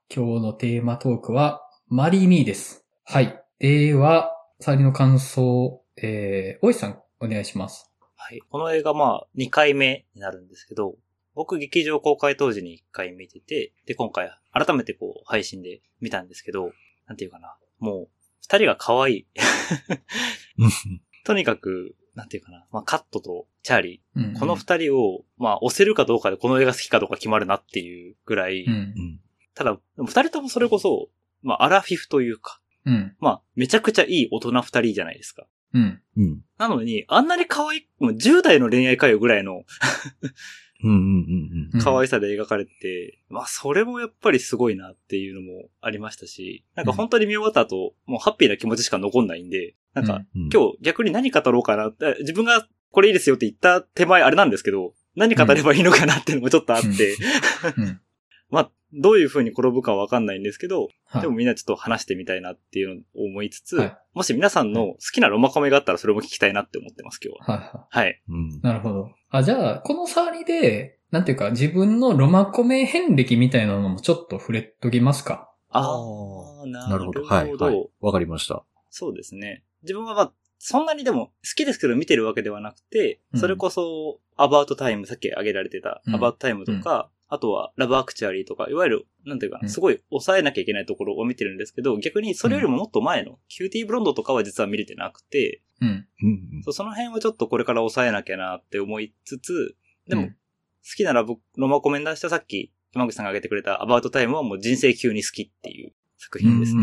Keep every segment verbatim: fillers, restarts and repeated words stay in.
今日のテーマトークは、マリーミーです。はい。では、サーリの感想、えー、大石さん、お願いします。 はい。この映画、まあ、にかいめになるんですけど、僕、劇場公開当時にいっかい見てて、で、今回、改めてこう、配信で見たんですけど、なんていうかな。もう、二人が可愛い。とにかく、なんていうかな。まあ、カットとチャーリー。うんうん、この二人を、まあ、押せるかどうかでこの映画好きかどうか決まるなっていうぐらい。うんうん、ただ、二人ともそれこそ、まあ、アラフィフというか。うん、まあ、めちゃくちゃいい大人二人じゃないですか。うんうん、なのに、あんなに可愛い、もうじゅう代の恋愛会話ぐらいのうんうんうんうん、可愛さで描かれて、まあそれもやっぱりすごいなっていうのもありましたし、なんか本当に見終わった後、もうハッピーな気持ちしか残んないんで、なんか、うんうん、今日逆に何語ろうかな、自分がこれいいですよって言った手前あれなんですけど、何語ればいいのかなっていうのもちょっとあって、うんうん、まあどういう風に転ぶかはわかんないんですけど、はい、でもみんなちょっと話してみたいなっていうのを思いつつ、はい、もし皆さんの好きなロマコメがあったらそれも聞きたいなって思ってます、今日は。はい。はい。 うん、なるほど。あ、じゃあ、この触りで、なんていうか、自分のロマコメ遍歴みたいなのもちょっと触れときますか？ ああ、なるほど。はい、はい。 わかりました。 そうですね。自分はまあ、そんなにでも好きですけど見てるわけではなくて、うん、それこそ、アバウトタイム、さっき挙げられてた、アバウトタイムとか、うんあとは、ラブアクチュアリーとか、いわゆる、なんていうかな、すごい抑えなきゃいけないところを見てるんですけど、逆にそれよりももっと前の、キューティーブロンドとかは実は見れてなくて、うん、そうその辺はちょっとこれから抑えなきゃなって思いつつ、でも、好きなラブ、ロマコメン出したさっき、山口さんが挙げてくれたアバウトタイムはもう人生級に好きっていう作品ですね。うん。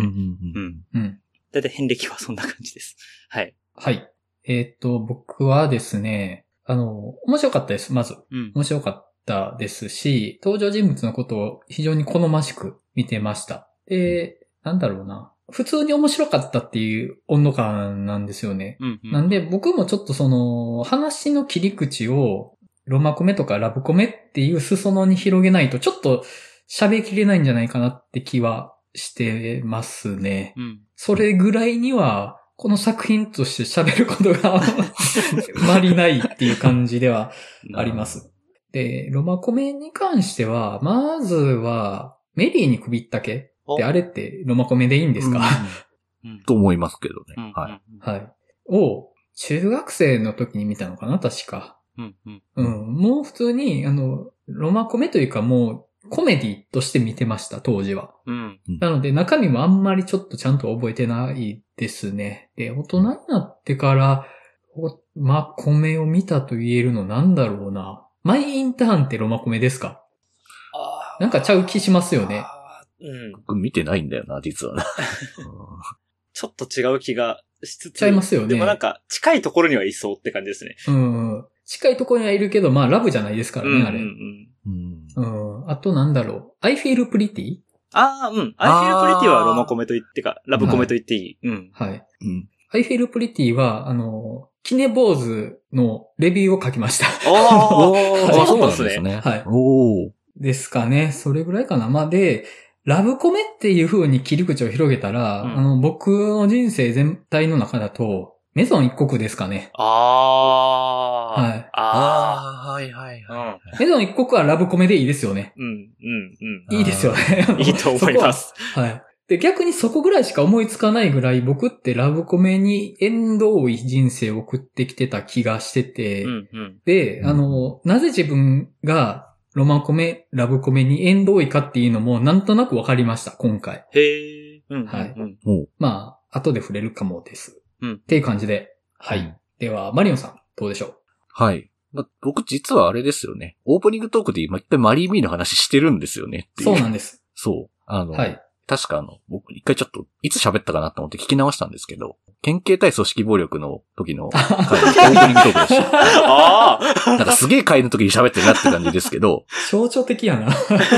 うん。だいたい遍歴はそんな感じです。はい。 はい。えー、っと、僕はですね、あの、面白かったです、まず。うん、面白かった。ですし、登場人物のことを非常に好ましく見てました。で、なんだろうな。普通に面白かったっていう温度感なんですよね。うんうん、なんで僕もちょっとその話の切り口をロマコメとかラブコメっていう裾野に広げないとちょっと喋りきれないんじゃないかなって気はしてますね。うん、それぐらいにはこの作品として喋ることがあまりないっていう感じではあります。で、ロマコメに関しては、まずは、メリーに首ったけってあれってロマコメでいいんですか、 うん、と思いますけどね。うん、 はい。はい。を、中学生の時に見たのかな確か。うんうん。うん。もう普通に、あの、ロマコメというかもう、コメディとして見てました、当時は。うん。なので、中身もあんまりちょっとちゃんと覚えてないですね。で、大人になってから、マコメを見たと言えるのなんだろうな。マイインターンってロマコメですか？あなんかちゃう気しますよね。 うん。僕見てないんだよな、実はな。 ちょっと違う気がしつつ。 ちゃいますよね。 でもなんか近いところにはいそうって感じですね。 うん。近いところにはいるけど、まあラブじゃないですからね、うんうんうん、あれ。うん。うん。あとなんだろう。I feel pretty？ ああ、うん。I feel pretty はロマコメと言ってか、ラブコメと言っていい。はい、うん。 はい。うん。I feel pretty は、あの、キネ坊主のレビューを書きました。 おー、そうなんですね。 はい。おー。ですかね。それぐらいかな。まあ、で、ラブコメっていう風に切り口を広げたら、うん、あの、僕の人生全体の中だと、メゾン一国ですかね。 あー。はい。 あー、はいはいはい。メゾン一国はラブコメでいいですよね。 うん、うん、うん。 いいですよね。 いいと思います。 はい。で、逆にそこぐらいしか思いつかないぐらい僕ってラブコメに縁遠い人生を送ってきてた気がしてて、うんうん、で、あの、なぜ自分がロマンコメ、ラブコメに縁遠いかっていうのもなんとなくわかりました、今回。 へー。うんうんうん、はい。 まあ、後で触れるかもです。うん、っていう感じで。はい。うん、では、マリオンさん、どうでしょう？ はい。ま、僕実はあれですよね。オープニングトークで今一回マリーミーの話してるんですよねっていう。 そうなんです。 そう。あの、はい。確かあの、僕一回ちょっと、いつ喋ったかなと思って聞き直したんですけど、県警対組織暴力の時の回のオープニングトークでした。ああなんかすげえ回の時に喋ってるなって感じですけど。 象徴的やな。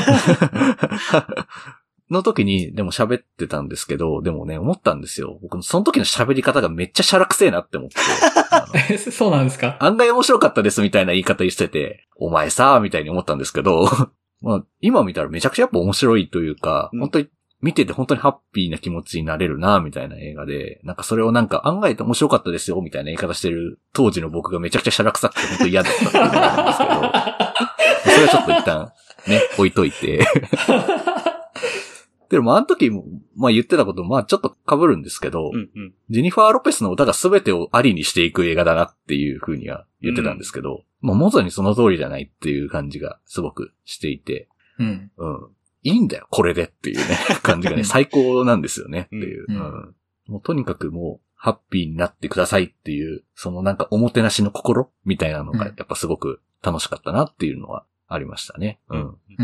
の時に、でも喋ってたんですけど、でもね、思ったんですよ。僕、その時の喋り方がめっちゃシャラくせえなって思って。 そうなんですか？ 案外面白かったですみたいな言い方してて、お前さーみたいに思ったんですけど、まあ、今見たらめちゃくちゃやっぱ面白いというか、うん、本当に見てて本当にハッピーな気持ちになれるなみたいな映画で、なんかそれをなんか案外面白かったですよみたいな言い方してる当時の僕がめちゃくちゃシャラくさくて本当に嫌だったっていうのがあるんですけど、それはちょっと一旦ね、置いといて。 でも、あの時も、まあ言ってたことも、まあちょっと被るんですけど、 うんうん、 ジェニファー・ロペスの歌が全てをありにしていく映画だなっていう風には言ってたんですけど、うん、まあまさにその通りじゃないっていう感じがすごくしていて、 うん。 うん。いいんだよ、これでっていうね、感じがね、最高なんですよねっていう、 うん。 うん、もうとにかくもう、ハッピーになってくださいっていう、そのなんかおもてなしの心みたいなのが、やっぱすごく楽しかったなっていうのはありましたね。うん。うんうんうん、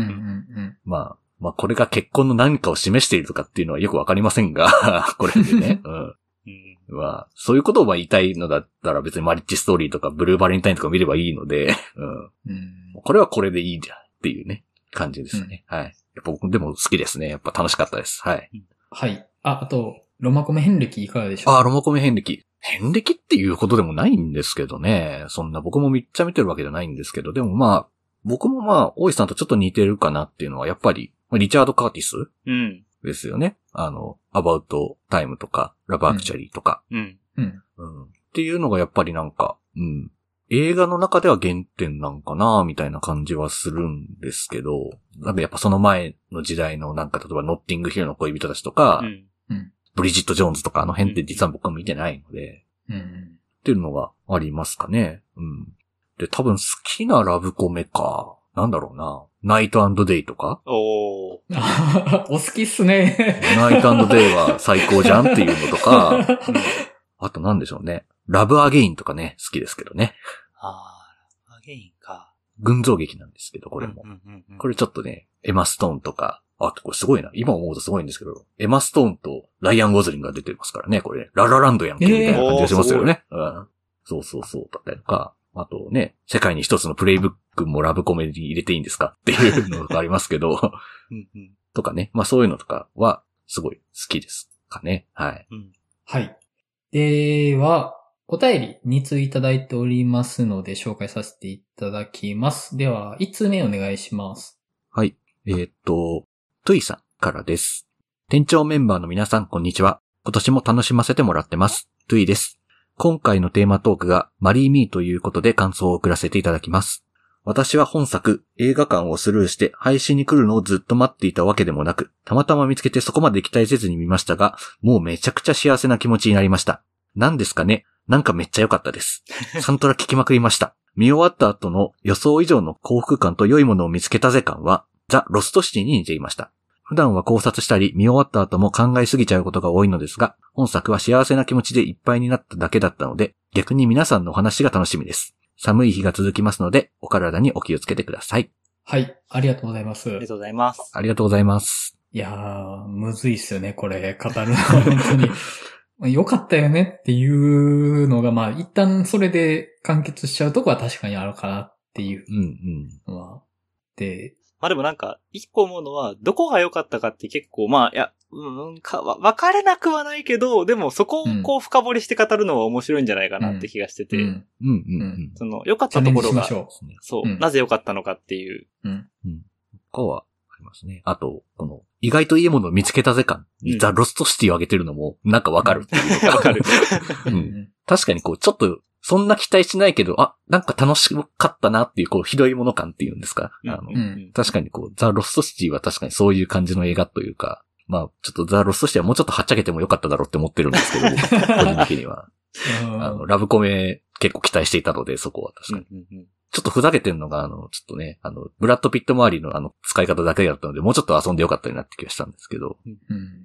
まあ、まあこれが結婚の何かを示しているとかっていうのはよくわかりませんが、これでね。うん。まあ、そういうことを言いたいのだったら別にマリッジストーリーとかブルーバレンタインとか見ればいいので、うん。うん、これはこれでいいんじゃんっていうね、感じですね。うん、はい。やっぱ僕でも好きですね。やっぱ楽しかったです。はい。 はい。あ、あと、ロマコメ遍歴いかがでしょうか？ あ、ロマコメ遍歴。遍歴っていうことでもないんですけどね。そんな僕もめっちゃ見てるわけじゃないんですけど、でもまあ、僕もまあ、大石さんとちょっと似てるかなっていうのは、やっぱり、リチャード・カーティスですよね。うん、あの、アバウト・タイムとか、ラブ・アクチャリーとか、 うんうんうん。 っていうのがやっぱりなんか、うん。映画の中では原点なんかなみたいな感じはするんですけど、なんかやっぱその前の時代のなんか例えばノッティングヒルの恋人たちとか、 うんうん、 ブリジット・ジョーンズとかあの辺って実は僕は見てないので、 うんうん、 っていうのがありますかね。うん。で、多分好きなラブコメか。なんだろうな。ナイト&デイとかおー。 お好きっすね。 ナイト&デイは最高じゃんっていうのとか、うん、あとなんでしょうね。ラブアゲインとかね、好きですけどね。 あー、ラブアゲインか。 群像劇なんですけど、これも。 うんうんうん、 これちょっとね、エマストーンとか、あ、これすごいな。今思うとすごいんですけど、エマストーンとライアン・ゴズリングが出てますからね、これ、ね。ララランドやんけ、みたいな感じがしますよね。えー、うん。そうそうそう、だったりとか、あとね、世界に一つのプレイブックもラブコメに入れていいんですかっていうのがありますけど、 うんうん、 とかね、まあそういうのとかは、すごい好きですかね。はい。 うん、 はい。では、お便りに通いただいておりますので紹介させていただきます。では、いち通目お願いします。 はい。えー、っと、トゥイさんからです。店長メンバーの皆さん、こんにちは。今年も楽しませてもらってます。トゥイです。今回のテーマトークがマリーミーということで感想を送らせていただきます。私は本作、映画館をスルーして配信に来るのをずっと待っていたわけでもなく、たまたま見つけてそこまで期待せずに見ましたが、もうめちゃくちゃ幸せな気持ちになりました。なんですかね？なんかめっちゃ良かったです。サントラ聞きまくりました。見終わった後の予想以上の幸福感と良いものを見つけたぜ感は、ザ・ロストシティに似ていました。普段は考察したり見終わった後も考えすぎちゃうことが多いのですが、本作は幸せな気持ちでいっぱいになっただけだったので、逆に皆さんのお話が楽しみです。寒い日が続きますので、お体にお気をつけてください。 はい、ありがとうございます。 ありがとうございます。 ありがとうございます。 いやー、むずいっすよね、これ、語るのは本当に。良かったよねっていうのが、まあ、一旦それで完結しちゃうとこは確かにあるかなっていうのは。 うんうん、 で、 まあでもなんか、一個思うのは、どこが良かったかって結構、まあ、いや、うん、か、わかれなくはないけど、でもそこをこう深掘りして語るのは面白いんじゃないかなって気がしてて。 うん。うん、うん、うん。 その、良かったところが、 そう、 そう、うん、なぜ良かったのかっていう。 うん。うん。他は、ありますね。あと、この、意外といいものを見つけたぜ感に、うん、ザ・ロストシティを上げてるのも、なんかわかるっていうわかる。 うん。確かにこう、ちょっと、そんな期待しないけど、あ、なんか楽しかったなっていう、こう、ひどいもの感っていうんですか。 うん、 あの、 うん、 確かにこう、ザ・ロストシティは確かにそういう感じの映画というか、まあ、ちょっとザ・ロストシティはもうちょっとはっちゃけてもよかっただろうって思ってるんですけど、個人的には。あの、ラブコメ結構期待していたので、そこは確かに。 うんうんうん、 ちょっとふざけてんのが、あの、ちょっとね、あの、ブラッドピット周りのあの、使い方だけだったので、もうちょっと遊んでよかったなって気がしたんですけど。 うん、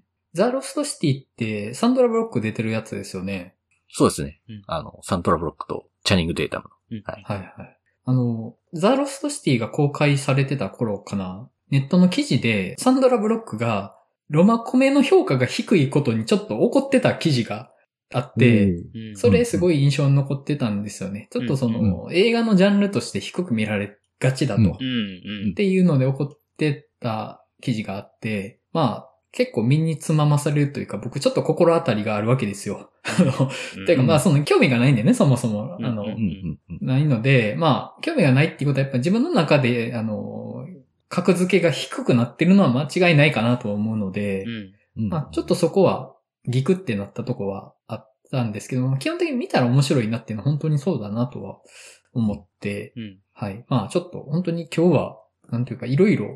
ザ・ロストシティって、サンドラ・ブロック出てるやつですよね。 そうですね。 うん、 あの、サントラ・ブロックとチャニング・データムの。 うん、 はい。 はいはい。あの、ザ・ロストシティが公開されてた頃かな。ネットの記事で、サンドラ・ブロックが、ロマコメの評価が低いことにちょっと怒ってた記事があって、うん、それすごい印象に残ってたんですよね。ちょっとその、うん、映画のジャンルとして低く見られがちだと、うん、っていうので怒ってた記事があって、まあ、結構身につままされるというか、僕ちょっと心当たりがあるわけですよ。あの、ていうかまあその興味がないんだよね、そもそも。あの、ないので、まあ、興味がないっていうことはやっぱ自分の中で、あの、格付けが低くなってるのは間違いないかなと思うので、うん、まあちょっとそこはギクってなったとこはあったんですけど、基本的に見たら面白いなっていうのは本当にそうだなとは思って、うん、はい。まあちょっと本当に今日は、なんていうかいろいろ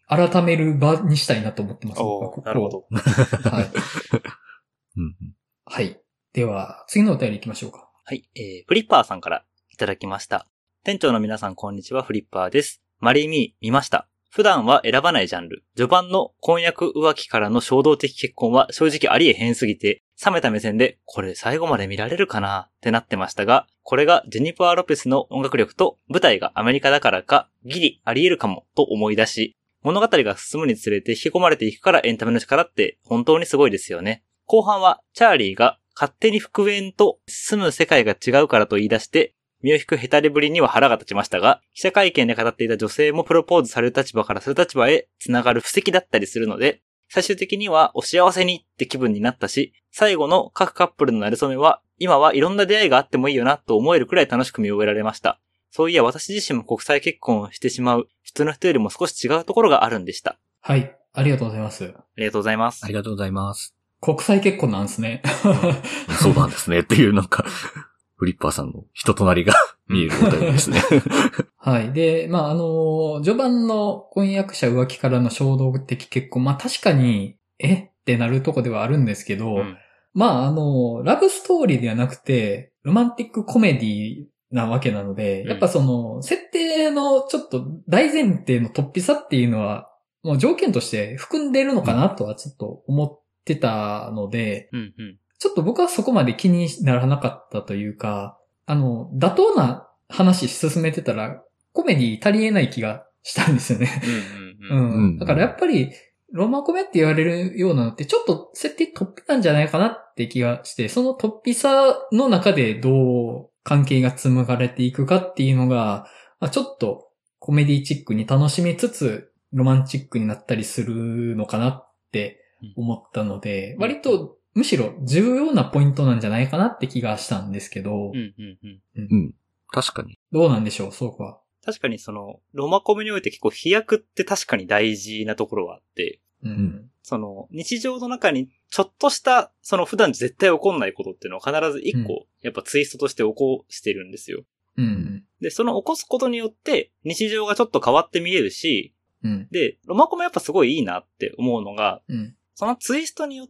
改める場にしたいなと思ってます。 おー、なるほど。 はい。 うん、 はい。では、次のお便り行きましょうか。 はい、えー、フリッパーさんからいただきました。店長の皆さんこんにちは、フリッパーです。マリーミー見ました。普段は選ばないジャンル。序盤の婚約浮気からの衝動的結婚は正直ありえへんすぎて、冷めた目線でこれ最後まで見られるかなってなってましたが、これがジェニファー・ロペスの音楽力と舞台がアメリカだからかギリあり得るかもと思い出し、物語が進むにつれて引き込まれていくからエンタメの力って本当にすごいですよね。後半はチャーリーが勝手に復縁と住む世界が違うからと言い出して、身を引くヘタレぶりには腹が立ちましたが、記者会見で語っていた女性もプロポーズされる立場からする立場へ繋がる布石だったりするので、最終的にはお幸せにって気分になったし、最後の各カップルの馴れ初めは、今はいろんな出会いがあってもいいよなと思えるくらい楽しく見終えられました。そういや私自身も国際結婚をしてしまう、普通の人よりも少し違うところがあるんでした。 はい、ありがとうございます。 ありがとうございます。 ありがとうございます。 国際結婚なんですね。 そうなんですねっていうなんか、フリッパーさんの人となりが見えるお便りですね。 はい。で、まあ、あの、序盤の婚約者浮気からの衝動的結婚、まあ確かに、えってなるとこではあるんですけど、うん、まあ、あの、ラブストーリーではなくて、ロマンティックコメディなわけなので、うん、やっぱその、設定のちょっと大前提の突飛さっていうのは、もう条件として含んでるのかなとはちょっと思ってたので、 うんうん、 ちょっと僕はそこまで気にならなかったというか、あの、妥当な話進めてたら、コメディ足りえない気がしたんですよね。うんうんうん、だからやっぱり、ロマコメって言われるようなのって、ちょっと設定突飛なんじゃないかなって気がして、その突飛さの中でどう関係が紡がれていくかっていうのが、まあ、ちょっとコメディチックに楽しみつつ、ロマンチックになったりするのかなって思ったので、割とむしろ重要なポイントなんじゃないかなって気がしたんですけど。 うんうんうんうん、確かに。 どうなんでしょう、そうか。 確かにその、ロマコメにおいて結構飛躍って確かに大事なところはあって、 うん、 その、日常の中にちょっとした、その普段絶対起こんないことっていうのは必ず一個、やっぱツイストとして起こしてるんですよ。 うん。 で、その起こすことによって、日常がちょっと変わって見えるし、 うん、 で、ロマコメやっぱすごいいいなって思うのが、 うん、 そのツイストによって、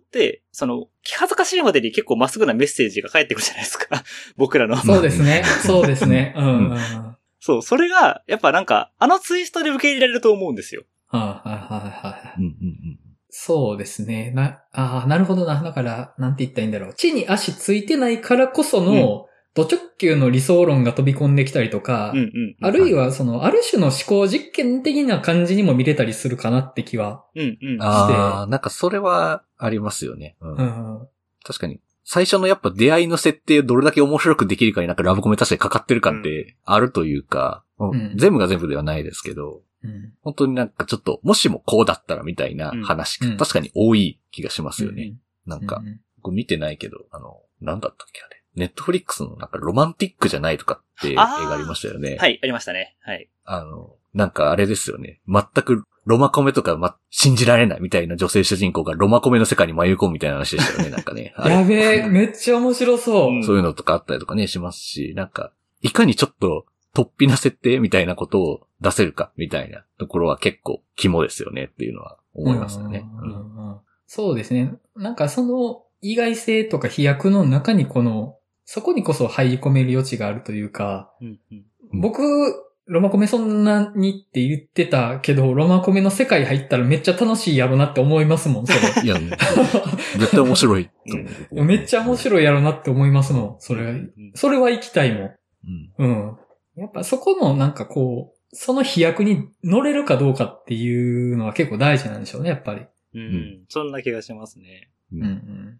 その、気恥ずかしいまでに結構まっすぐなメッセージが返ってくるじゃないですか。僕らの。 そうですね。そうですね。うん、うん。 そう、それが、やっぱなんか、あのツイストで受け入れられると思うんですよ。 はいはいはいはい。 うんうんうん、 そうですね。な、ああ、なるほどな。だから、なんて言ったらいいんだろう。地に足ついてないからこその、うんド直球の理想論が飛び込んできたりとか、 うんうんうん、 あるいはその、ある種の思考実験的な感じにも見れたりするかなって気はして。うんうん、 ああ、なんかそれはありますよね、うんうん。 確かに。最初のやっぱ出会いの設定をどれだけ面白くできるかになんかラブコメ確かにかかってる感ってあるというか、うん、全部が全部ではないですけど、 うん、 本当になんかちょっと、もしもこうだったらみたいな話、うん、確かに多い気がしますよね。うん、なんか、僕見てないけど、あの、なんだったっけあれ。ネットフリックスのなんかロマンティックじゃないとかって映画ありましたよね。 はい、ありましたね。はい。 あの、なんかあれですよね。全くロマコメとか、ま、信じられないみたいな女性主人公がロマコメの世界に迷い込むみたいな話でしたよね。なんかね。 やべえ、めっちゃ面白そう。 そういうのとかあったりとかね、しますし、なんか、いかにちょっと突飛な設定みたいなことを出せるかみたいなところは結構肝ですよねっていうのは思いますよね。 そうですね。なんかその意外性とか飛躍の中にこのそこにこそ入り込める余地があるというか、 うんうん、 僕、ロマコメそんなにって言ってたけど、ロマコメの世界入ったらめっちゃ楽しいやろなって思いますもん、それ。 いや、絶対面白いと思う。めっちゃ面白いやろなって思いますもん、それ。それは行きたいもん。うん。うん。やっぱそこのなんかこう、その飛躍に乗れるかどうかっていうのは結構大事なんでしょうね、やっぱり。 うん。うん、そんな気がしますね。 うん、うん。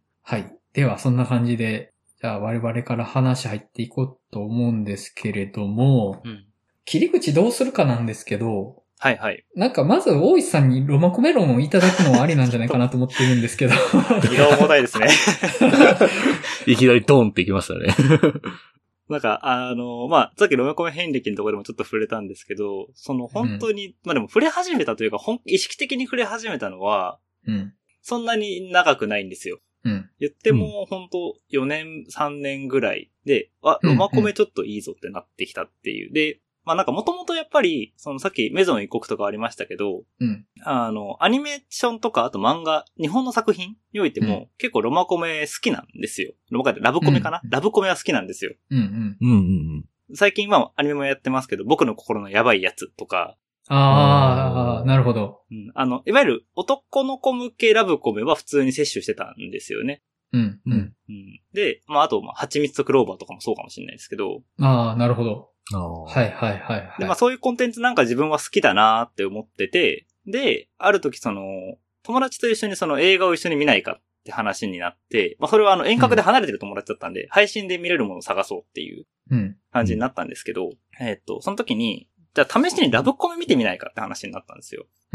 はい。では、そんな感じで、じゃあ我々から話入っていこうと思うんですけれども、 うん、 切り口どうするかなんですけど、 はいはい。 なんかまず大石さんにロマコメ論をいただくのはありなんじゃないかなと思ってるんですけど。 意外重たいですね。 いきなりドーンっていきましたね。 なんか、あの、まあ、さっきロマコメ遍歴のところでもちょっと触れたんですけど、その本当に、うん、まあでも触れ始めたというか、本意識的に触れ始めたのは、 うん、 そんなに長くないんですよ。 うん、 言っても、ほんとよねん、さんねんぐらいで、あ、ロマコメちょっといいぞってなってきたっていう。で、 まあなんかもともとやっぱり、そのさっきメゾン一国とかありましたけど、 うん。 あの、アニメーションとか、あと漫画、日本の作品においても、うん、結構ロマコメ好きなんですよ。ロマコメってラブコメかな、うん、ラブコメは好きなんですよ。 うんうん。 うんうんうん最近はアニメもやってますけど、僕の心のやばいやつとか。 ああ、なるほど。 うん。あの、いわゆる男の子向けラブコメは普通に摂取してたんですよね。 うん、うん。うん、 で、まあ、あと、まあ、蜂蜜とクローバーとかもそうかもしれないですけど。 ああ、なるほど。はいはいはいはい。 で、まあ、そういうコンテンツなんか自分は好きだなって思ってて、で、ある時その、友達と一緒にその映画を一緒に見ないかって話になって、まあ、それはあの遠隔で離れてる友達だったんで、うん、配信で見れるものを探そうっていう感じになったんですけど、うん、えっと、その時に、じゃあ試しにラブコメ見てみないかって話になったんですよ。 うん。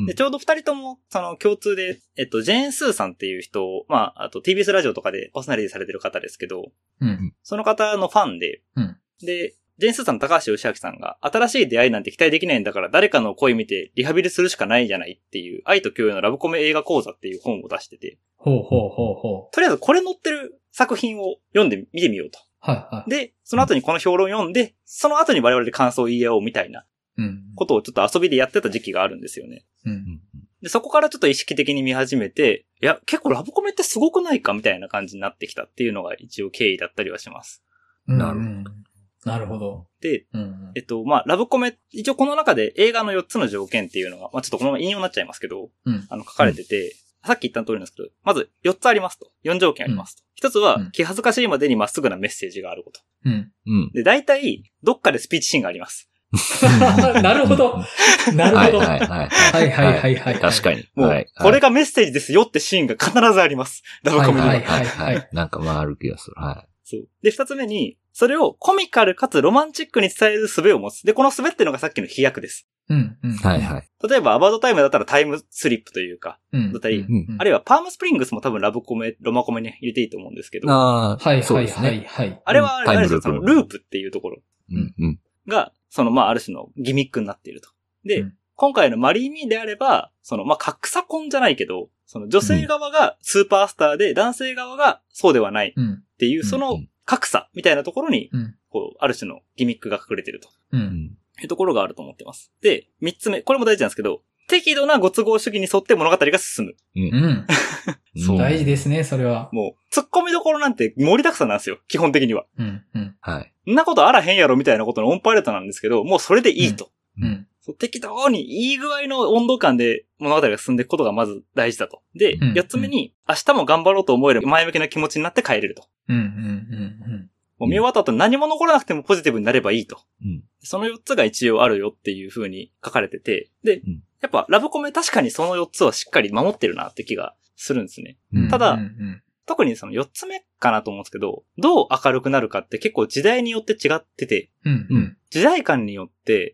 で、ちょうど二人とも、その共通で、えっと、ジェーン・スーさんっていう人を、まあ、あと ティービーエス ラジオとかでパーソナリティされてる方ですけど、 うん。 その方のファンで、 うん。 で、ジェーン・スーさんの高橋義明さんが、新しい出会いなんて期待できないんだから誰かの恋見てリハビリするしかないじゃないっていう、愛と共有のラブコメ映画講座っていう本を出してて、 ほうほうほうほう。 とりあえずこれ載ってる作品を読んで見てみようと。 はいはい。 で、その後にこの評論を読んで、その後に我々で感想を言い合おうみたいな。 うん。 ことをちょっと遊びでやってた時期があるんですよね。 うん。 で、そこからちょっと意識的に見始めて、いや、結構ラブコメってすごくないかみたいな感じになってきたっていうのが一応経緯だったりはします。 なるほど。なるほど。 で、 うん、 えっと、まあ、ラブコメ、一応この中で映画のよっつの条件っていうのが、まあ、ちょっとこのまま引用になっちゃいますけど、 うん、 あの、書かれてて、うん、さっき言った通りなんですけど、まずよっつありますと。よん条件ありますと。一、うん、つは、気恥ずかしいまでにまっすぐなメッセージがあること。 うん。 うん。 で、大体、どっかでスピーチシーンがあります。 なるほど。なるほど。 はいはいはい。はいはいはいはい。 確かに。 もう、はい、これがメッセージですよってシーンが必ずあります。ラブコメには。 はいはいはい、はい。 なんかまあある気がする。はい。 そう。で、二つ目に、それをコミカルかつロマンチックに伝える術を持つ。で、この術っていうのがさっきの飛躍です。 うんうん。 はいはい。 例えば、アバウトタイムだったらタイムスリップというか、 うん、 だったり、 うんうん、 あるいはパームスプリングスも多分ラブコメ、ロマコメに入れていいと思うんですけど。 ああ、 はいはいはいはい。 あれは、あれですよ、そのループっていうところ。 うんうん。 が、その、まあ、ある種のギミックになっていると。で、うん、今回のマリー・ミーであれば、その、まあ、格差婚じゃないけど、その女性側がスーパースターで、うん、男性側がそうではないっていう、うん、その格差みたいなところに、 うん、 こう、ある種のギミックが隠れていると。 うん。 いうところがあると思ってます。で、三つ目、これも大事なんですけど、適度なご都合主義に沿って物語が進む。 うん。そう。大事ですね、それは。 もう、突っ込みどころなんて盛りだくさんなんですよ、基本的には。 うん、うん。 はい。 んなことあらへんやろみたいなことのオンパレートなんですけど、もうそれでいいと。 うん。うん、 そう適当にいい具合の温度感で物語が進んでいくことがまず大事だと。で、 うん、 四つ目に、明日も頑張ろうと思える前向きな気持ちになって帰れると。 うん、うん、うん。 もう見終わった後何も残らなくてもポジティブになればいいと。 うん、 そのよっつが一応あるよっていう風に書かれてて、で、うん、やっぱラブコメ確かにそのよっつはしっかり守ってるなって気がするんですね。 うん、 ただ、 うんうん、 特にそのよっつめかなと思うんですけど、どう明るくなるかって結構時代によって違ってて、 うんうん、 時代感によって、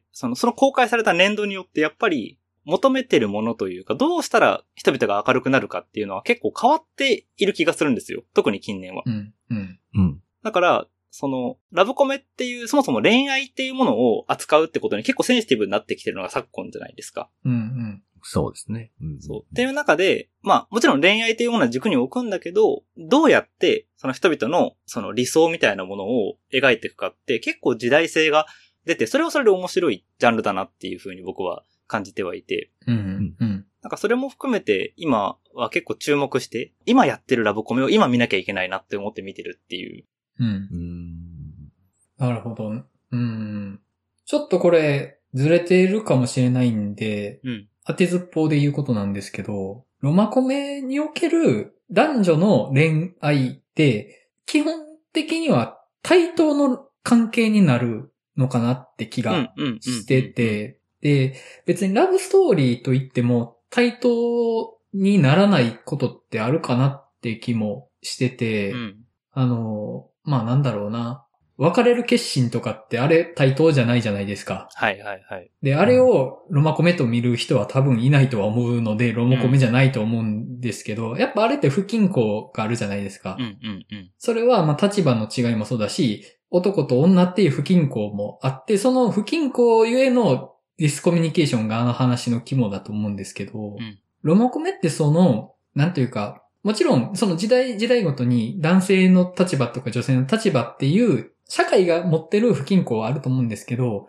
その、その公開された年度によってやっぱり求めてるものというか、どうしたら人々が明るくなるかっていうのは結構変わっている気がするんですよ。特に近年は。 うんうんうん、 だから、その、ラブコメっていう、そもそも恋愛っていうものを扱うってことに結構センシティブになってきてるのが昨今じゃないですか。 うんうん。 そうですね。 うん、そう。っていう中で、まあ、もちろん恋愛っていうものは軸に置くんだけど、どうやって、その人々の、その理想みたいなものを描いていくかって結構時代性が出て、それはそれで面白いジャンルだなっていうふうに僕は感じてはいて。 うんうんうん。 なんかそれも含めて、今は結構注目して、今やってるラブコメを今見なきゃいけないなって思って見てるっていう。 うん。 うんなるほど。うん。ちょっとこれ、ずれているかもしれないんで、 うん。 当てずっぽうで言うことなんですけど、ロマコメにおける男女の恋愛って、基本的には対等の関係になるのかなって気がしてて、で、別にラブストーリーといっても対等にならないことってあるかなって気もしてて、 うん、 あの、まあなんだろうな。別れる決心とかってあれ対等じゃないじゃないですか。 はいはいはい。 で、あれをロマコメと見る人は多分いないとは思うので、ロマコメじゃないと思うんですけど、うん、やっぱあれって不均衡があるじゃないですか。 うんうんうん、 それはまあ立場の違いもそうだし、男と女っていう不均衡もあって、その不均衡ゆえのディスコミュニケーションがあの話の肝だと思うんですけど、 うん、 ロマコメってその、なんというか、もちろんその時代時代ごとに男性の立場とか女性の立場っていう社会が持ってる不均衡はあると思うんですけど、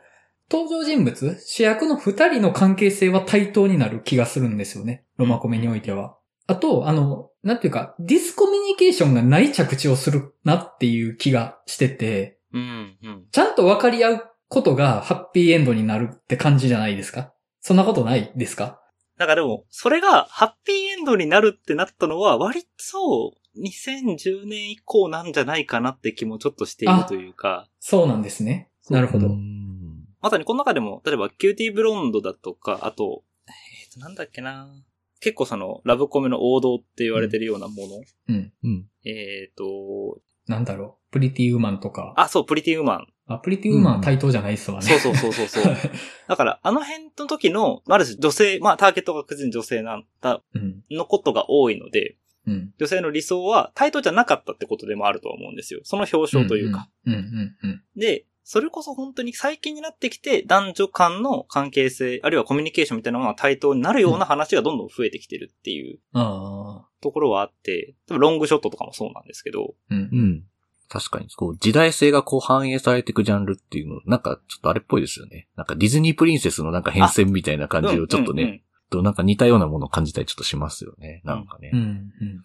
登場人物、主役の二人の関係性は対等になる気がするんですよね。ロマコメにおいては。あと、あの、なんていうか、ディスコミュニケーションがない着地をするなっていう気がしてて、 うんうん、 ちゃんと分かり合うことがハッピーエンドになるって感じじゃないですか？そんなことないですか？ だからでも、それがハッピーエンドになるってなったのは、割とにせんじゅうねん以降なんじゃないかなって気もちょっとしているというか。 そうなんですね。なるほど。 まさにこの中でも、例えばキューティーブロンドだとか、あと、えっと、なんだっけな。結構その、ラブコメの王道って言われてるようなもの。 うん。うん。 えっと、 なんだろう。プリティウーマンとか。 あ、そう、プリティウーマン。 あ、プリティウーマンは対等じゃないっすわね。 そうそうそうそうそう。だから、あの辺の時の、ある種女性、まあ、ターゲットが確実に女性なんだ、のことが多いので、うん、女性の理想は対等じゃなかったってことでもあるとは思うんですよ。その表彰というか。 うんうんうんうん、 で、それこそ本当に最近になってきて男女間の関係性、あるいはコミュニケーションみたいなものが対等になるような話がどんどん増えてきてるっていうところはあって、ロングショットとかもそうなんですけど。 うん。うん。確かに、こう、時代性がこう反映されていくジャンルっていうの、なんかちょっとあれっぽいですよね。なんかディズニープリンセスのなんか変遷みたいな感じをちょっとね、うんうんうん、となんか似たようなものを感じたりちょっとしますよね。なんかね、 うんうん。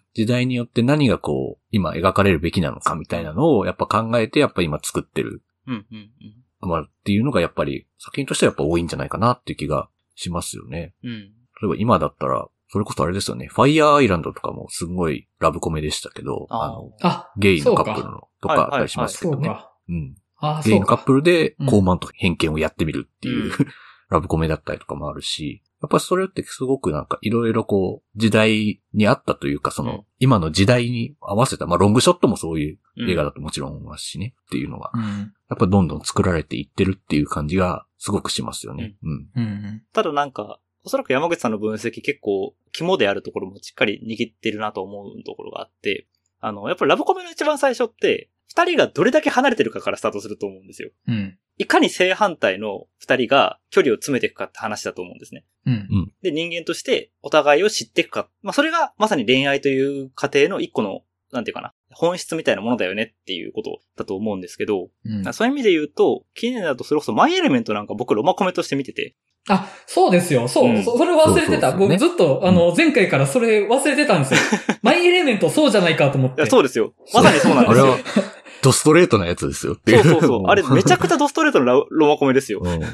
時代によって何がこう、今描かれるべきなのかみたいなのをやっぱ考えて、やっぱ今作ってる。 うんうんうん。 まあ、っていうのがやっぱり作品としてはやっぱ多いんじゃないかなっていう気がしますよね。 うん。 例えば今だったら、それこそあれですよね。ファイヤーアイランドとかもすごいラブコメでしたけど、 あの、 あゲイのカップルのとかあったりしますけどね。うん。 あゲイのカップルで傲慢と偏見をやってみるっていう、うん、ラブコメだったりとかもあるし、やっぱそれってすごくなんかいろいろこう時代に合ったというかその、うん、今の時代に合わせた、まあロングショットもそういう映画だともちろん思いますしね、うん、っていうのが、うん、やっぱどんどん作られていってるっていう感じがすごくしますよね。うん。うんうん、 ただなんか、おそらく山口さんの分析結構肝であるところもしっかり握ってるなと思うところがあって、あの、やっぱりラブコメの一番最初って、二人がどれだけ離れてるかからスタートすると思うんですよ。 うん。 いかに正反対の二人が距離を詰めていくかって話だと思うんですね。 うん。 で、人間としてお互いを知っていくか。まあ、それがまさに恋愛という過程の一個の、なんていうかな、本質みたいなものだよねっていうことだと思うんですけど、うん、そういう意味で言うと、近年だとそれこそマイエレメントなんか僕ロマコメとして見てて、 あ、そうですよ。そう。うん、そ, それ忘れてた。そうそうそうね、僕ずっと、あの、前回からそれ忘れてたんですよ。マイエレメントそうじゃないかと思って。 いやそうですよ。まさにそうなんですよ。 あれは、ドストレートなやつですよっていう。そうそうそう。あれめちゃくちゃドストレートのロマコメですよ。 うんうんうん、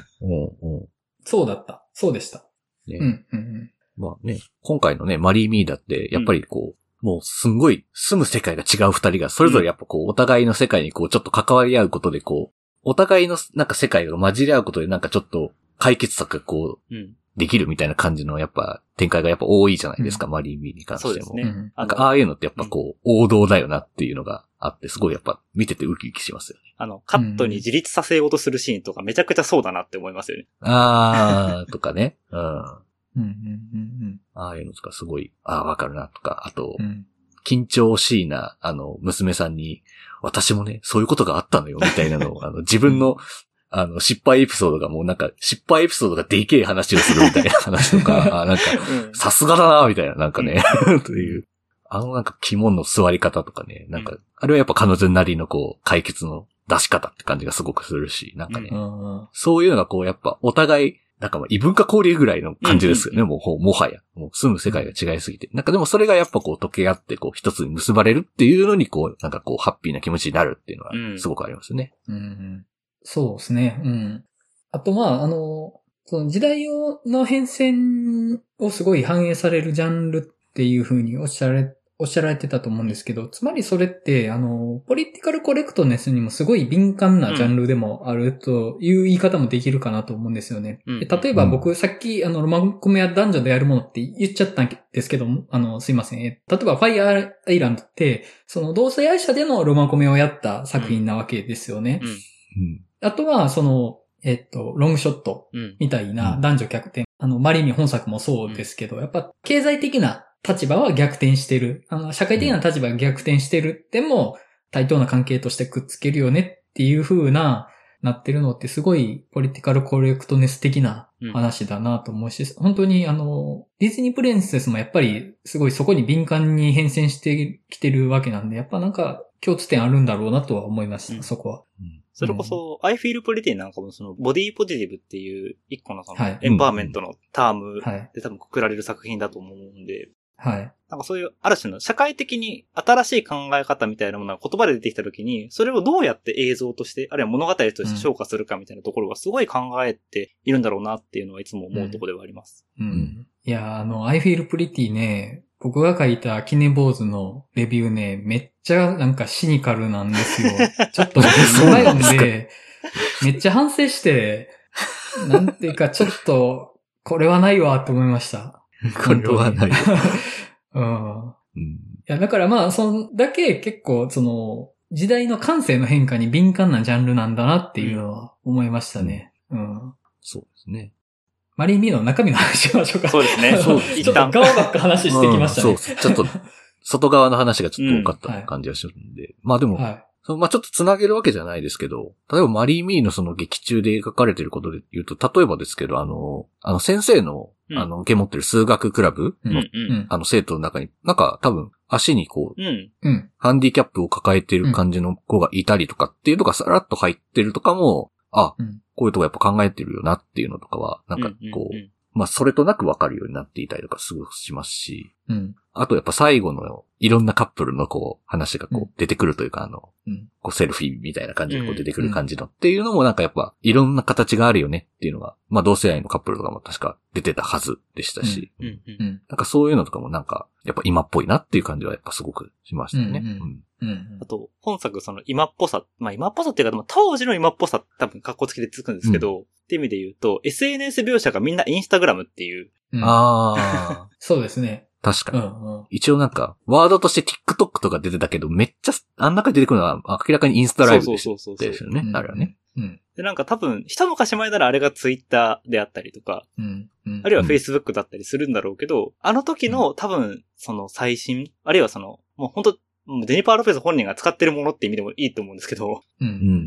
そうだった。そうでした。 ね、 うんうんうん。 まあね、今回のね、マリー・ミーだって、やっぱりこう、うん、もうすんごい住む世界が違う二人が、それぞれやっぱこう、お互いの世界にこう、ちょっと関わり合うことでこう、お互いのなんか世界が混じり合うことでなんかちょっと解決策がこう、うんできるみたいな感じのやっぱ展開がやっぱ多いじゃないですか、うん、マリー・ミーに関しても。 そうですね。 なんかああいうのってやっぱこう、王道だよなっていうのがあって、すごいやっぱ見ててウキウキしますよね。 あの、カットに自立させようとするシーンとかめちゃくちゃそうだなって思いますよね。 あー、とかね。うん。うんうんうんうん。 ああいうのとかすごい、ああ、わかるなとか、あと、 うん、 緊張しいな、あの、娘さんに、私もね、そういうことがあったのよ、みたいなのを、あの、自分の、あの、失敗エピソードがもうなんか、失敗エピソードがでけえ話をするみたいな話とか、あなんか、さすがだな、みたいな、なんかね、という、あのなんか肝の座り方とかね、なんか、あれはやっぱ彼女なりのこう、解決の出し方って感じがすごくするし、なんかね、 うん、 そういうのがこう、やっぱお互い、なんか異文化交流ぐらいの感じですよね、もう、もはや。もう住む世界が違いすぎて。なんかでもそれがやっぱこう、溶け合ってこう、一つに結ばれるっていうのにこう、なんかこう、ハッピーな気持ちになるっていうのは、すごくありますよね。 うんうんそうですね。うん。あと、まあ、あの、その時代の変遷をすごい反映されるジャンルっていうふうにおっしゃられ、おっしゃられてたと思うんですけど、つまりそれって、あの、ポリティカルコレクトネスにもすごい敏感なジャンルでもあるという言い方もできるかなと思うんですよね。うん、例えば僕、さっき、あの、ロマコメは男女でやるものって言っちゃったんですけども、あの、すいません。例えば、ファイアーアイランドって、その同性愛者でのロマコメをやった作品なわけですよね。 うんうんうんあとは、その、えっと、ロングショットみたいな男女逆転。うん、あの、マリーミ本作もそうですけど、うん、やっぱ経済的な立場は逆転してる。あの、社会的な立場が逆転してるっても、対等な関係としてくっつけるよねっていう風な、なってるのってすごいポリティカルコレクトネス的な話だなと思うし、うん、本当にあの、ディズニープリンセスもやっぱりすごいそこに敏感に変遷してきてるわけなんで、やっぱなんか共通点あるんだろうなとは思いました、うん、そこは。 うんそれこそ、うん、I feel pretty なんかもその、ボディポジティブっていう一個のその、はい、エンパワーメントのタームで多分くくられる作品だと思うんで、 はい。 なんかそういう、ある種の社会的に新しい考え方みたいなものが言葉で出てきたときに、それをどうやって映像として、あるいは物語として消化するかみたいなところがすごい考えているんだろうなっていうのはいつも思うところではあります。 うん。うん、いや、あの、I feel pretty ね、僕が書いたキネ坊主のレビューね、めっちゃなんかシニカルなんですよ。ちょっと読んで、めっちゃ反省して、なんていうかちょっと、これはないわと思いました。 これはない。 うん。うん。いや、だからまあ、そんだけ結構、その、時代の感性の変化に敏感なジャンルなんだなっていうのは思いましたね。うん。うん、 そうですね。 マリー・ミーの中身の話しましょうか。 そうですね。そうですちょっと側ばっか話してきましたね。 うん、そう。ちょっと、外側の話がちょっと多かった感じがするんで。うんはい、まあでも、はい、そのまあちょっと繋げるわけじゃないですけど、例えばマリー・ミーのその劇中で描かれてることで言うと、例えばですけど、あの、あの先生の、うん、あの、受け持ってる数学クラブの、うん、あの生徒の中に、なんか多分足にこう、うん、ハンディキャップを抱えてる感じの子がいたりとかっていうのがさらっと入ってるとかも、あ、うん、こういうとこやっぱ考えてるよなっていうのとかは、なんかこう、うんうんうん、まあそれとなくわかるようになっていたりとかすごくしますし、うん、あとやっぱ最後のいろんなカップルのこう話がこう出てくるというか、あの、うん、こうセルフィーみたいな感じでこう出てくる感じのっていうのもなんかやっぱいろんな形があるよねっていうのが、まあ同性愛のカップルとかも確か出てたはずでしたし、うんうんうん、なんかそういうのとかもなんかやっぱ今っぽいなっていう感じはやっぱすごくしましたよね。うんうんうん、あと、本作その今っぽさ、まあ今っぽさっていうか、当時の今っぽさ多分格好つきでつくんですけど、うん、っていう意味で言うと、エスエヌエス 描写がみんなインスタグラムっていう。 うん、ああ。そうですね。 確かに、うんうん。一応なんか、ワードとして TikTok とか出てたけど、めっちゃ、あん中に出てくるのは明らかにインスタライブですよね。そうそうそうそう。あれはね。 うん。で、なんか多分、一昔前ならあれが Twitter であったりとか、うんうん、あるいは Facebook だったりするんだろうけど、うん、あの時の多分、その最新、あるいはその、もう本当ジェニファー・ロペス本人が使ってるものって意味でもいいと思うんですけど、うん。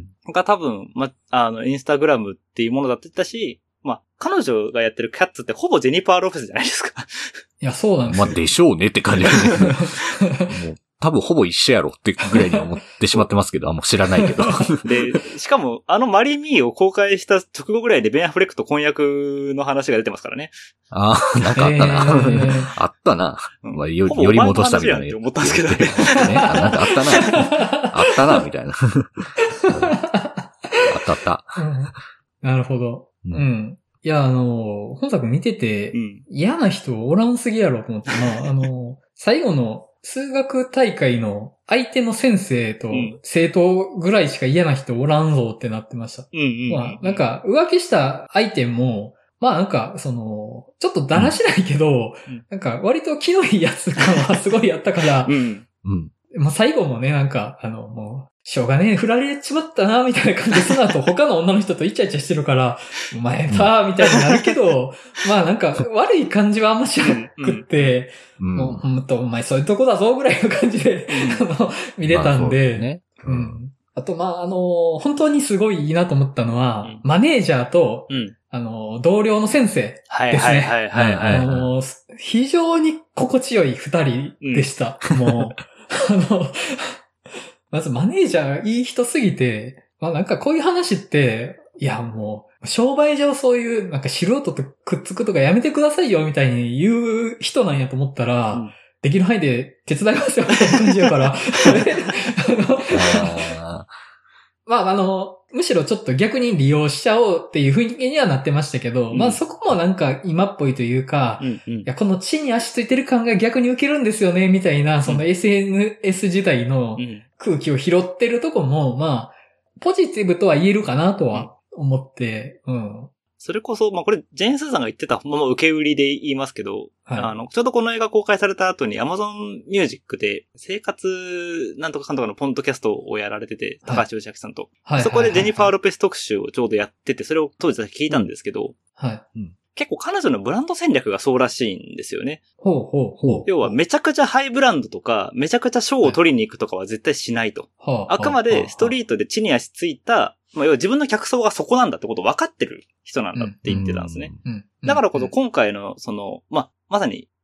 が多分、ま、あの、インスタグラムっていうものだって言ったし、まあ、彼女がやってるキャッツってほぼジェニファー・ロペスじゃないですか。 いや、そうなんですよ。まあ、でしょうねって感じだね。もう多分ほぼ一緒やろってぐらいに思ってしまってますけど、あんま知らないけど。 で、しかも、あのマリー・ミーを公開した直後ぐらいでベン・アフレックと婚約の話が出てますからね。 ああ、なんかあったな。えー、あったな。まあ、よ, より戻したみたいな。 思ったんですけどね。 ねあなんかあったな。あったな、みたいな。あったあった、 うん。なるほど。うん。うん、いや、あの、本作見てて、うん、嫌な人おらんすぎやろと思ってな。あの、最後の、数学大会の相手の先生と生徒ぐらいしか嫌な人おらんぞってなってました。うんうんうん、まあ、なんか浮気した相手も、まあなんか、その、ちょっとだらしないけど、うん、なんか割と気のいいやつ感はすごいあったから、うんうん、まあ最後もね、なんか、あの、もう、しょうがねえ、振られちまったな、みたいな感じで、その後他の女の人とイチャイチャしてるから、お前さ、みたいになるけど、まあなんか悪い感じはあんましなくって、うん、もうほんと、お前そういうとこだぞ、ぐらいの感じで、うん、あの、見れたんで、まあねうん、あと、まああの、本当にすごいいいなと思ったのは、うん、マネージャーと、うん、あの、同僚の先生ですね。はいはいはいはい、はい。あの、非常に心地よい二人でした。うん、もう、あの、まずマネージャーいい人すぎて、まあなんかこういう話って、いやもう、商売上そういうなんか素人とくっつくとかやめてくださいよみたいに言う人なんやと思ったら、うん、できる範囲で手伝いますよみたいな感じやから。まああの、むしろちょっと逆に利用しちゃおうっていう雰囲気にはなってましたけど、うん、まあそこもなんか今っぽいというか、うんうん、いやこの地に足ついてる感が逆に受けるんですよねみたいな、その エスエヌエス 時代の空気を拾ってるとこも、まあ、ポジティブとは言えるかなとは思って、うん。 それこそ、まあこれ、ジェーン・スーさんが言ってたまま受け売りで言いますけど、はい、あの、ちょうどこの映画公開された後に Amazon Music で生活なんとかかんとかのポッドキャストをやられてて、はい、高橋義明さんと、はい。そこでジェニファー・ロペス特集をちょうどやってて、それを当時聞いたんですけど、はい。うん結構彼女のブランド戦略がそうらしいんですよね。ほうほうほう。要はめちゃくちゃハイブランドとか、めちゃくちゃ賞を取りに行くとかは絶対しないと。はい、あくまでストリートで地に足ついた、まあ、要は自分の客層がそこなんだってことを分かってる人なんだって言ってたんですね。うんうん、だからこそ今回のその、まあ、まさに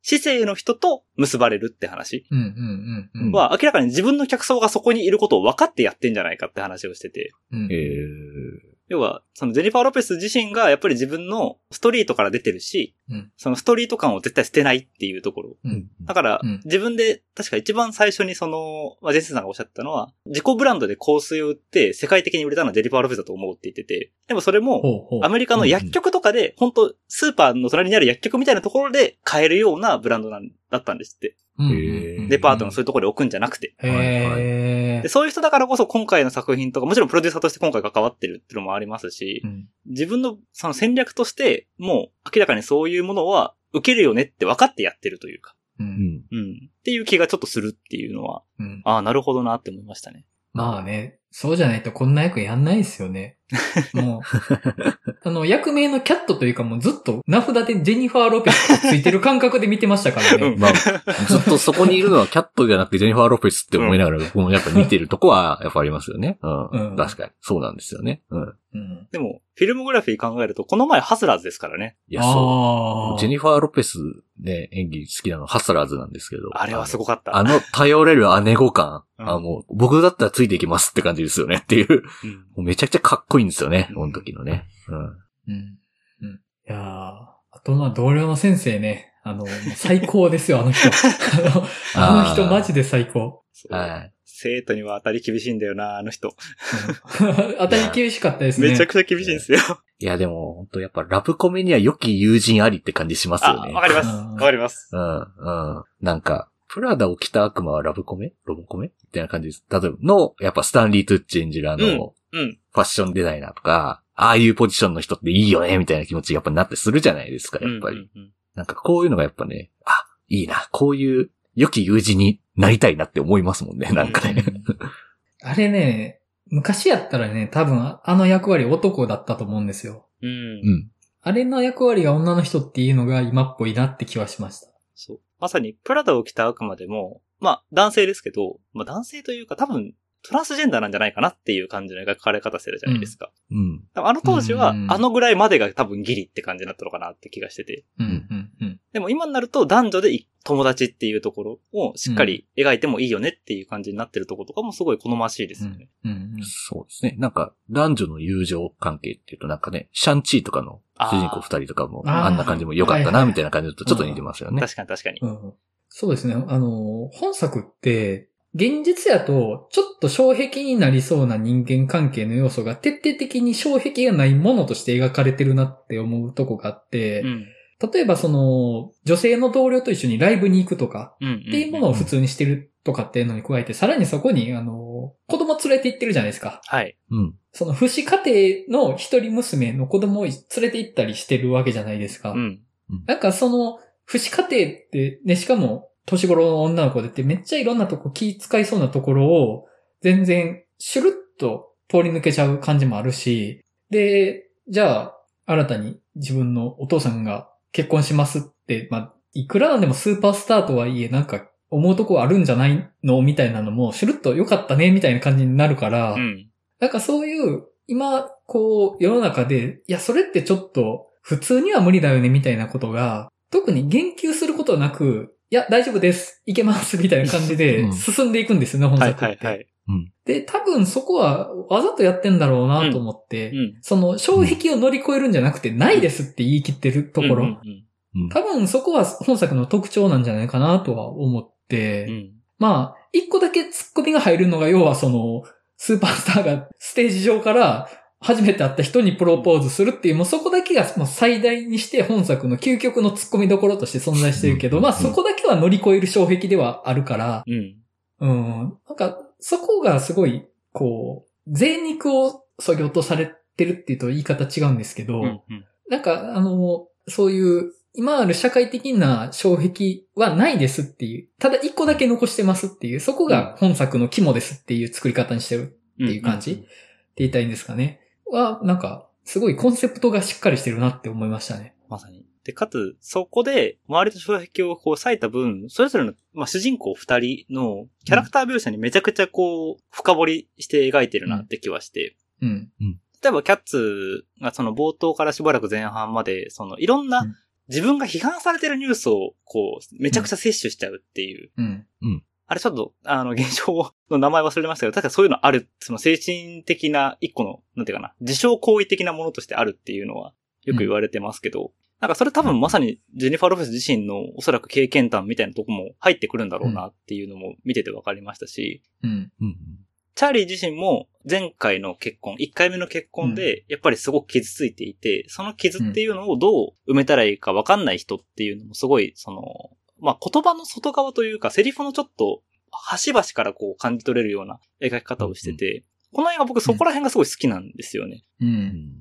市政の人と結ばれるって話うんうんうんうん、 は、明らかに自分の客層がそこにいることを分かってやってんじゃないかって話をしてて。 うん、 へー。 要は、そのジェニファー・ロペス自身がやっぱり自分のストリートから出てるし、 うん、 そのストリート感を絶対捨てないっていうところ。 うん、 だから、うん、自分で確か一番最初にその、まあ、ジェンセンさんがおっしゃったのは、自己ブランドで香水を売って世界的に売れたのはジェニファー・ロペスだと思うって言ってて、でもそれも、ほうほうアメリカの薬局とかで、本当スーパーの隣にある薬局みたいなところで買えるようなブランドなんだったんですって。 へデパートのそういうところで置くんじゃなくて。 へでそういう人だからこそ今回の作品とか、もちろんプロデューサーとして今回関わってるっていうのもありますし、うん、自分のその戦略としてもう明らかにそういうものは受けるよねって分かってやってるというか、 うんうん、っていう気がちょっとするっていうのは、うん、ああ、なるほどなって思いましたね。 まあね、そうじゃないとこんな役やんないですよね。もう、あの、役名のキャットというかもうずっと名札でジェニファー・ロペスついてる感覚で見てましたからね。 まあ、ずっとそこにいるのはキャットじゃなくてジェニファー・ロペスって思いながら僕もやっぱ見てるとこはやっぱありますよね。うん。うん、確かに。そうなんですよね。うん。 うん、でも、フィルムグラフィー考えると、この前ハスラーズですからね。 いや、そう。ジェニファー・ロペスね、演技好きなのハスラーズなんですけど。 あれはすごかった。 あの、頼れる姉御感。うん、あ、もう、僕だったらついていきますって感じですよねっていう。うん、もうめちゃくちゃかっこいいんですよね、この時のね。うん。 うん。うん。いやー、あとまあ同僚の先生ね、あの、最高ですよ、あの人。あの、あの人マジで最高。 はい。 生徒には当たり厳しいんだよな、あの人。 当たり厳しかったですね。 めちゃくちゃ厳しいんですよ。 いや、でも、本当やっぱラブコメには良き友人ありって感じしますよね。 わかります。わかります。 うん、うん。なんか、プラダを着た悪魔はラブコメロボコメみたいな感じです。例えばの、やっぱスタンリー・トゥッチ演じるあの、うんうん、ファッションデザイナーとか、ああいうポジションの人っていいよねみたいな気持ちやっぱなってするじゃないですか、やっぱり。うんうんうん、なんかこういうのがやっぱね、あ、いいな、こういう良き友人になりたいなって思いますもんね、なんかね。 あれね、昔やったらね、多分あの役割男だったと思うんですよ。 うん。 うん。 あれの役割が女の人っていうのが今っぽいなって気はしました。 そう。まさにプラダを着た悪魔でも、まあ男性ですけど、まあ男性というか多分トランスジェンダーなんじゃないかなっていう感じの描かれ方してるじゃないですか。 うん。 あの当時はあのぐらいまでが多分ギリって感じになったのかなって気がしてて。 うんうんうん。 でも今になると男女で友達っていうところをしっかり描いてもいいよねっていう感じになってるところとかもすごい好ましいですよね。 うんうんうん、 そうですね。なんか男女の友情関係っていうとなんかね、シャンチーとかの主人公二人とかもあんな感じも良かったなみたいな感じとちょっと似てますよね。 確かに確かに、 うん。そうですね。あの、本作って現実やとちょっと障壁になりそうな人間関係の要素が徹底的に障壁がないものとして描かれてるなって思うとこがあって、うん例えばその、女性の同僚と一緒にライブに行くとか、っていうものを普通にしてるとかっていうのに加えて、さらにそこに、あの、子供連れて行ってるじゃないですか。 はい。 うん。 その、父子家庭の一人娘の子供を連れて行ったりしてるわけじゃないですか。 うん。 なんかその、父子家庭って、ね、しかも、年頃の女の子でってめっちゃいろんなとこ気使いそうなところを、全然、シュルッと通り抜けちゃう感じもあるし、で、じゃあ、新たに自分のお父さんが、結婚しますって、まあ、いくらなんでもスーパースターとはいえ、なんか、思うとこあるんじゃないのみたいなのも、シュルッと良かったね、みたいな感じになるから、うん、なんかそういう、今、こう、世の中で、いや、それってちょっと、普通には無理だよね、みたいなことが、特に言及することなく、いや、大丈夫です、いけます、みたいな感じで、進んでいくんですよね、本作って。はいはいはい。 うん、 で、多分そこはわざとやってんだろうなと思って、うんうん、その障壁を乗り越えるんじゃなくて、ないですって言い切ってるところ、うんうんうん、多分そこは本作の特徴なんじゃないかなとは思って、うん、まあ、一個だけ突っ込みが入るのが、要はその、スーパースターがステージ上から初めて会った人にプロポーズするっていう、もうそこだけがもう最大にして本作の究極の突っ込みどころとして存在してるけど、まあそこだけは乗り越える障壁ではあるから、うん、うん、なんか、そこがすごい、こう、贅肉を削ぎ落とされてるっていうと言い方違うんですけど、うんうん、なんか、あの、そういう、今ある社会的な障壁はないですっていう、ただ一個だけ残してますっていう、そこが本作の肝ですっていう作り方にしてるっていう感じ、うんうん、って言いたいんですかね。は、なんか、すごいコンセプトがしっかりしてるなって思いましたね。 まさに。で、かつ、そこで、周りの障壁をこう割いた分、それぞれの、まあ、主人公二人のキャラクター描写にめちゃくちゃこう、深掘りして描いてるなって気はして。 うん。うん。 例えば、キャッツがその冒頭からしばらく前半まで、その、いろんな自分が批判されてるニュースを、こう、めちゃくちゃ摂取しちゃうっていう。 うん。うん。 あれちょっと、あの、現象の名前忘れましたけど、確かそういうのある、その精神的な一個の、なんていうかな、自傷行為的なものとしてあるっていうのは、よく言われてますけど、うん、なんかそれ多分まさにジェニファー・ロペス自身のおそらく経験談みたいなとこも入ってくるんだろうなっていうのも見てて分かりましたし、 うんうん、 チャーリー自身も前回の結婚、いっかいめの結婚でやっぱりすごく傷ついていて、その傷っていうのをどう埋めたらいいか分かんない人っていうのもすごい、その、まあ、言葉の外側というかセリフのちょっと端々からこう感じ取れるような描き方をしてて、うん、この映画僕そこら辺がすごい好きなんですよね。 うん。うん。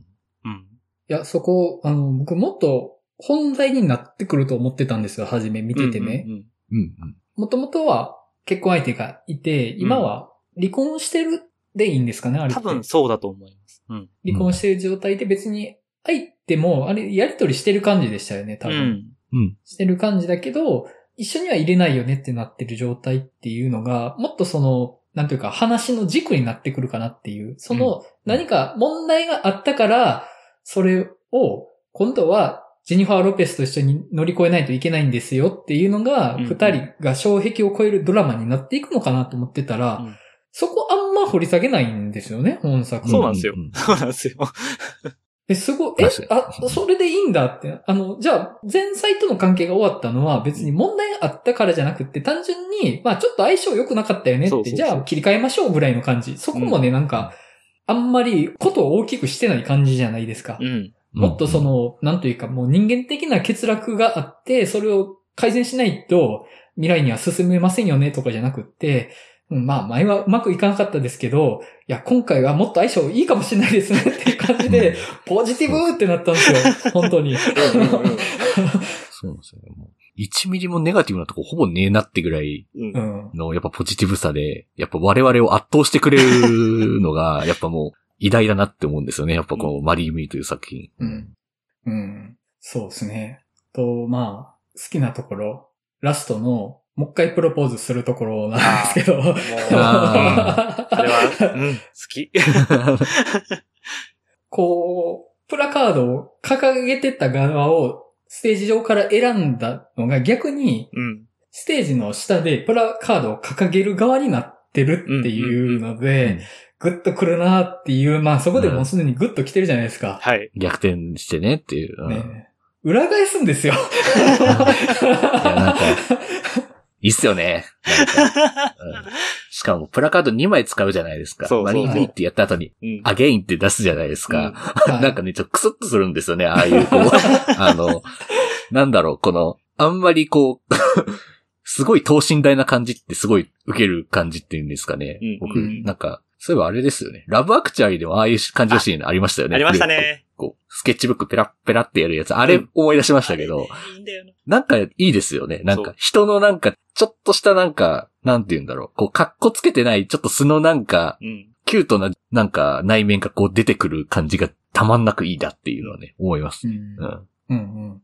うんいや、そこ、あの、僕もっと本題になってくると思ってたんですよ、初め見ててね。もともとは結婚相手がいて、今は離婚してるでいいんですかね、あれって。 多分そうだと思います。うん、 離婚してる状態で別に相手も、あれ、やりとりしてる感じでしたよね、多分。うん。してる感じだけど、一緒には入れないよねってなってる状態っていうのが、もっとその、なんていうか話の軸になってくるかなっていう、その何か問題があったから、それを今度はジェニファー・ロペスと一緒に乗り越えないといけないんですよっていうのが、二、うん、人が障壁を越えるドラマになっていくのかなと思ってたら、うん、そこあんま掘り下げないんですよね、本作。 そうなんですよ。そうなんですよ。 え、すごい、え、あ、それでいいんだって。あの、じゃあ、前妻との関係が終わったのは別に問題があったからじゃなくて、単純に、まあちょっと相性良くなかったよねって、そうそうそうじゃあ切り替えましょうぐらいの感じ。そこもね、うん、なんか、あんまりことを大きくしてない感じじゃないですか。うん、もっとその、なんというかもう人間的な欠落があって、それを改善しないと未来には進めませんよねとかじゃなくって、うん、まあ前はうまくいかなかったですけど、いや今回はもっと相性いいかもしれないですねっていう感じで、ポジティブってなったんですよ。本当に。そうなんですよね。もういちミリもネガティブなとこほぼねえなってぐらいのやっぱポジティブさで、やっぱ我々を圧倒してくれるのが、やっぱもう偉大だなって思うんですよね。やっぱこのマリー・ミーという作品。 うん。うん。そうですね。と、まあ、好きなところ、ラストの、もう一回プロポーズするところなんですけど。ああそれは、うん、好き。 こう、プラカードを掲げてた側をステージ上から選んだのが逆に、ステージの下でプラカードを掲げる側になってるっていうので、グッと来るなっていう、まあそこでもうすでにグッと来てるじゃないですか。 はい。 逆転してねっていう。 ね、裏返すんですよ。 いやなんかいいっすよね。なんかうん、しかもプラカードにまい使うじゃないですか。そうそうそうマリー・ミーってやった後に、うん、アゲインって出すじゃないですか。うん、なんかね、ちょっとクスッとするんですよね。ああいうこう、あの、なんだろう、この、あんまりこう、すごい等身大な感じってすごい受ける感じっていうんですかね。うん、僕、うん、なんか、そういえばあれですよね。ラブアクチュアリーでもああいう感じのシーンありましたよね。 ありましたね。 こう、スケッチブックペラッペラってやるやつ。あれ思い出しましたけど。うん、いいんだよな。なんかいいですよね。なんか人のなんか、ちょっとしたなんか、なんて言うんだろう。こう、カッコつけてない、ちょっと素のなんか、うん、キュートななんか内面がこう出てくる感じがたまんなくいいなっていうのはね、思います。うん。うん、 うん。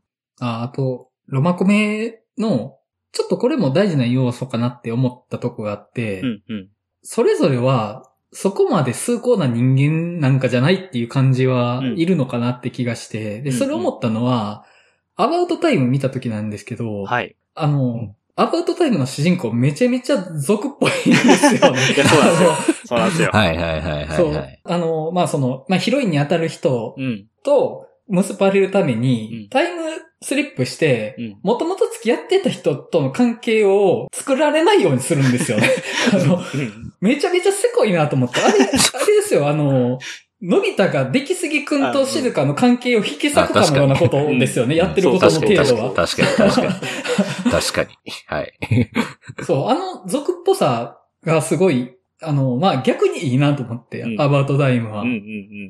あ、あと、ロマコメの、ちょっとこれも大事な要素かなって思ったとこがあって、うんうん、それぞれは、そこまで崇高な人間なんかじゃないっていう感じはいるのかなって気がして、うん、で、それ思ったのは、うんうん、アバウトタイム見た時なんですけど、はい。あの、うん、アバウトタイムの主人公めちゃめちゃ俗っぽいんですよね。 いや、そうなんですよ。そうなんですよ。 はいはいはいはい、はい。 そう。あの、まあ、その、まあ、ヒロインに当たる人と結ばれるために、うん、タイムスリップして、もともと付き合ってた人との関係を作られないようにするんですよね。あの、めちゃめちゃせこいなと思って。あれ、あれですよ、あの、のび太が出来すぎくんと静香の関係を引き裂くかのようなことですよね。やってることの程度は。 確かに、確かに。確かに。はい。 そう、あの俗っぽさがすごい、あの、まあ、逆にいいなと思って、うん、アバウトタイムは、うんうんうん。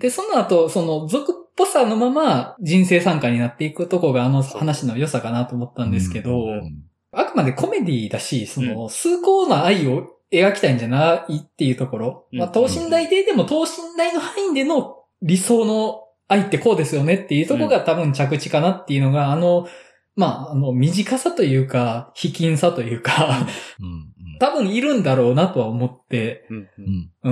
で、その後、その俗っぽさのまま人生参加になっていくとこがあの話の良さかなと思ったんですけど、うんうん、あくまでコメディだし、その、崇高な愛を描きたいんじゃないっていうところ。まあ、等身大ででも等身大の範囲での理想の愛ってこうですよねっていうところが多分着地かなっていうのが、あの、まあ、あの、短さというか、卑近さというか、多分いるんだろうなとは思って、うん、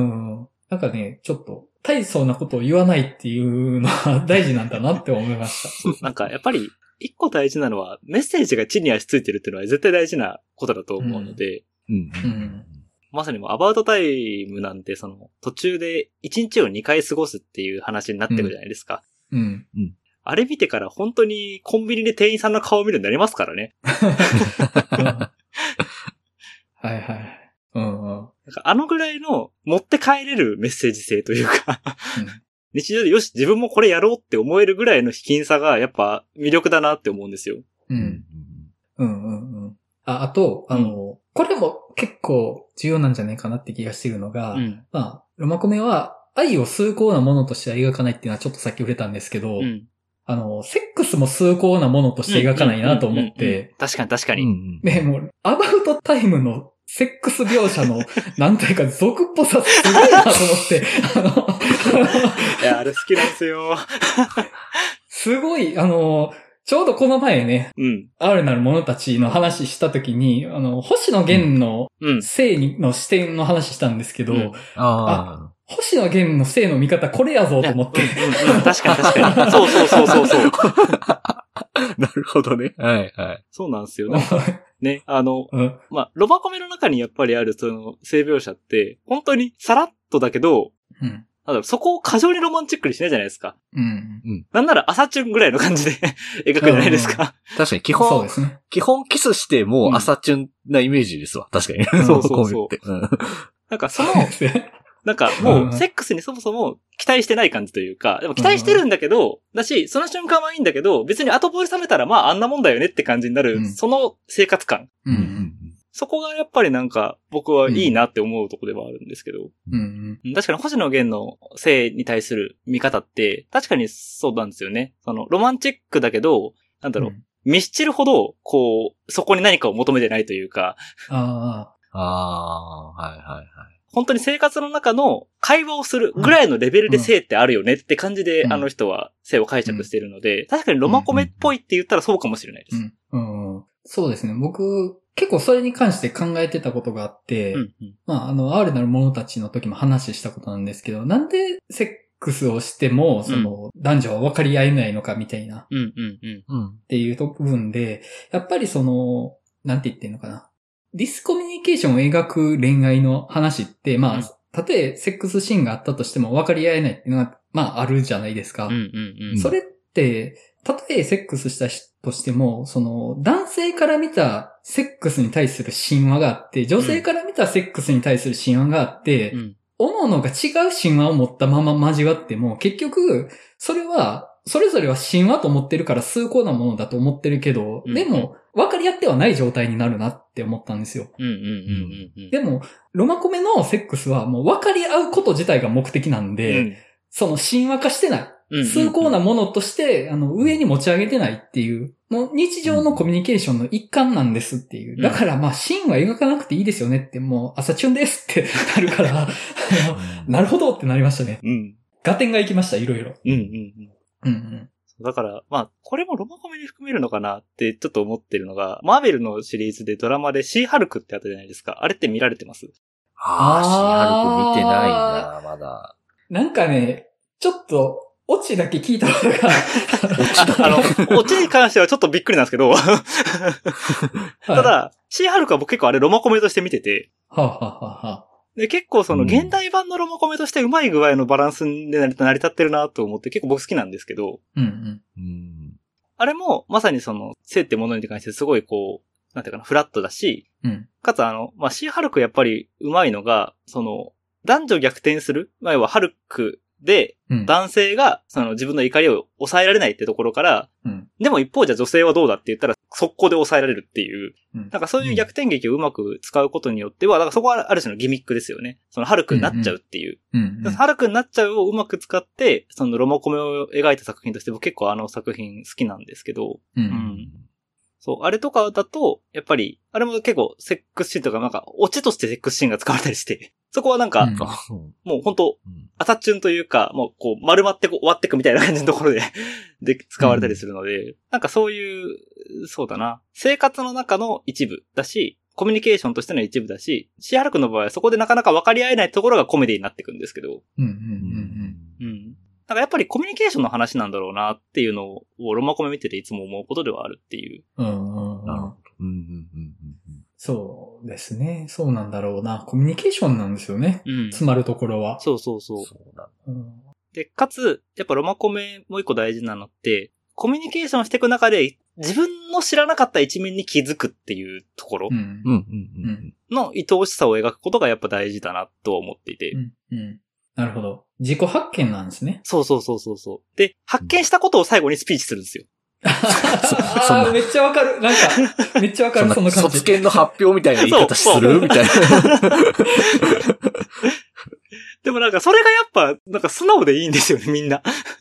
なんかね、ちょっと大層なことを言わないっていうのは大事なんだなって思いました。 なんかやっぱり、 一個大事なのは、メッセージが地に足ついてるっていうのは絶対大事なことだと思うので、うんうんうん、まさにもうアバウトタイムなんて、その途中で一日をにかい過ごすっていう話になってくるじゃないですか。うんうんうん、あれ見てから本当にコンビニで店員さんの顔を見るようになりますからね。 はいはい。うんうん、 なんかあのぐらいの持って帰れるメッセージ性というか、うん、日常でよし自分もこれやろうって思えるぐらいの卑近さがやっぱ魅力だなって思うんですよ。 うん。うんうんうん。あ、あと、あの、うん、これも結構重要なんじゃないかなって気がしているのが、うん、まあ、ロマコメは愛を崇高なものとしては描かないっていうのはちょっとさっき触れたんですけど、うん、あの、セックスも崇高なものとして描かないなと思って、 確かに確かに。 ね、もう、アバウトタイムのセックス描写の、なんというか、俗っぽさすごいなと思って、あの、いや、あれ好きなんですよ。 すごい、あの、ちょうどこの前ね、うん。R なる者たちの話したときに、あの、星野源の性の視点の話したんですけど、うんうん、あ星野源の性の見方これやぞと思って。 うんうん、確かに確かに。そうそうそうそうそう。 なるほどね。はいはい。 そうなんですよ。なんかね、あの、うん、まあ、ロマコメの中にやっぱりあるその性描写って、本当にさらっとだけど、うん、なんだろうそこを過剰にロマンチックにしないじゃないですか。うん。うん、なんなら朝チュンぐらいの感じで描くじゃないですか。 うん、確かに基本、そうですね。基本キスしても朝チュンなイメージですわ。確かに。 そうそうそう。うん、なんかその、なんかもうセックスにそもそも期待してない感じというか、でも期待してるんだけど、だし、その瞬間はいいんだけど、別に後追い冷めたらまああんなもんだよねって感じになる、うん、その生活感。うんうん、そこがやっぱりなんか僕はいいなって思うところではあるんですけど、うんうん、確かに星野源の性に対する見方って確かにそうなんですよね。そのロマンチックだけど、なんだろう、うん、ミスチルほどこう、そこに何かを求めてないというか、 ああ、ああ、はいはいはい。 本当に生活の中の会話をするぐらいのレベルで性ってあるよねって感じで、うん、あの人は性を解釈しているので、うん、確かにロマコメっぽいって言ったらそうかもしれないです。うんうんうん、そうですね。僕、結構それに関して考えてたことがあって、うんうん、まあ、あの、R なる者たちの時も話したことなんですけど、なんでセックスをしても、その、男女は分かり合えないのかみたいな、うんうんうん、っていう部分で、やっぱりその、なんて言ってんのかな。ディスコミュニケーションを描く恋愛の話って、まあ、うん、たとえセックスシーンがあったとしても分かり合えないっていうのが、まあ、あるじゃないですか。うんうんうん、それって、たとえセックスしたとしても、その、男性から見たセックスに対する神話があって、女性から見たセックスに対する神話があって、うん、各々が違う神話を持ったまま交わっても、結局、それは、それぞれは神話と思ってるから崇高なものだと思ってるけど、うん、でも、分かり合ってはない状態になるなって思ったんですよ。うんうんうんうん、でも、ロマコメのセックスはもう分かり合うこと自体が目的なんで、うん、その神話化してない。崇高なものとして、あの、上に持ち上げてないっていう、もう日常のコミュニケーションの一環なんですっていう。だからまあ、シーンは描かなくていいですよねって、もう朝チュンですってなるから、なるほどってなりましたね。うん。合点がいきました、いろいろ。うんうんうん。うんうんだから、まあ、これもロマコメに含めるのかなってちょっと思ってるのが、マーベルのシリーズでドラマでシーハルクってあったじゃないですか。あれって見られてます？ ああ、シーハルク見てないな、まだ。 なんかね、ちょっと、オチだけ聞いたことが。 あの、オチに関してはちょっとびっくりなんですけど。ただ、はい、シーハルクは僕結構あれロマコメとして見てて。はあ、はあはあ、で、結構その現代版のロマコメとしてうまい具合のバランスで成り立ってるなと思って結構僕好きなんですけど。うんうんうん、あれもまさにその性ってものに関してすごいこう、なんていうかな、フラットだし、うん、かつあの、まあ、シーハルクやっぱりうまいのが、その、男女逆転する、まあ、要はハルクで、男性がその自分の怒りを抑えられないってところから、うん、でも一方じゃ女性はどうだって言ったら速攻で抑えられるっていう、うん、なんかそういう逆転劇をうまく使うことによっては、だからそこはある種のギミックですよね。そのハルクになっちゃうっていう。うんうん、ハルクになっちゃうをうまく使って、そのロマコメを描いた作品として僕結構あの作品好きなんですけど、うんうん、そう、あれとかだと、やっぱり、あれも結構セックスシーンとかなんか、オチとしてセックスシーンが使われたりして、そこはなんか、うん、もう本当、うん、アタッチュンというか、もうこう、丸まってこう終わってくみたいな感じのところで、で、使われたりするので、うん、なんかそういう、そうだな、生活の中の一部だし、コミュニケーションとしての一部だし、シーハルクの場合はそこでなかなか分かり合えないところがコメディになってくるんですけど、うんうんうんうん。うん。 だからやっぱりコミュニケーションの話なんだろうなっていうのをロマコメ見てていつも思うことではあるっていう。 うんうんうん。なるほど。うんうんうんうん。そうですね。そうなんだろうな。コミュニケーションなんですよね。うん。詰まるところは。 そうそうそう。そうだ、うん、で、かつ、やっぱロマコメもう一個大事なのって、コミュニケーションしていく中で自分の知らなかった一面に気づくっていうところの愛おしさを描くことがやっぱ大事だなと思っていて。うんうん、 なるほど。自己発見なんですね。 そうそうそうそうそう。で、発見したことを最後にスピーチするんですよ。 ああ、めっちゃわかる。なんか、めっちゃわかる、その感じ。 卒検の発表みたいな言い方するみたいな。 でもなんかそれがやっぱ、なんか素直でいいんですよね、みんな。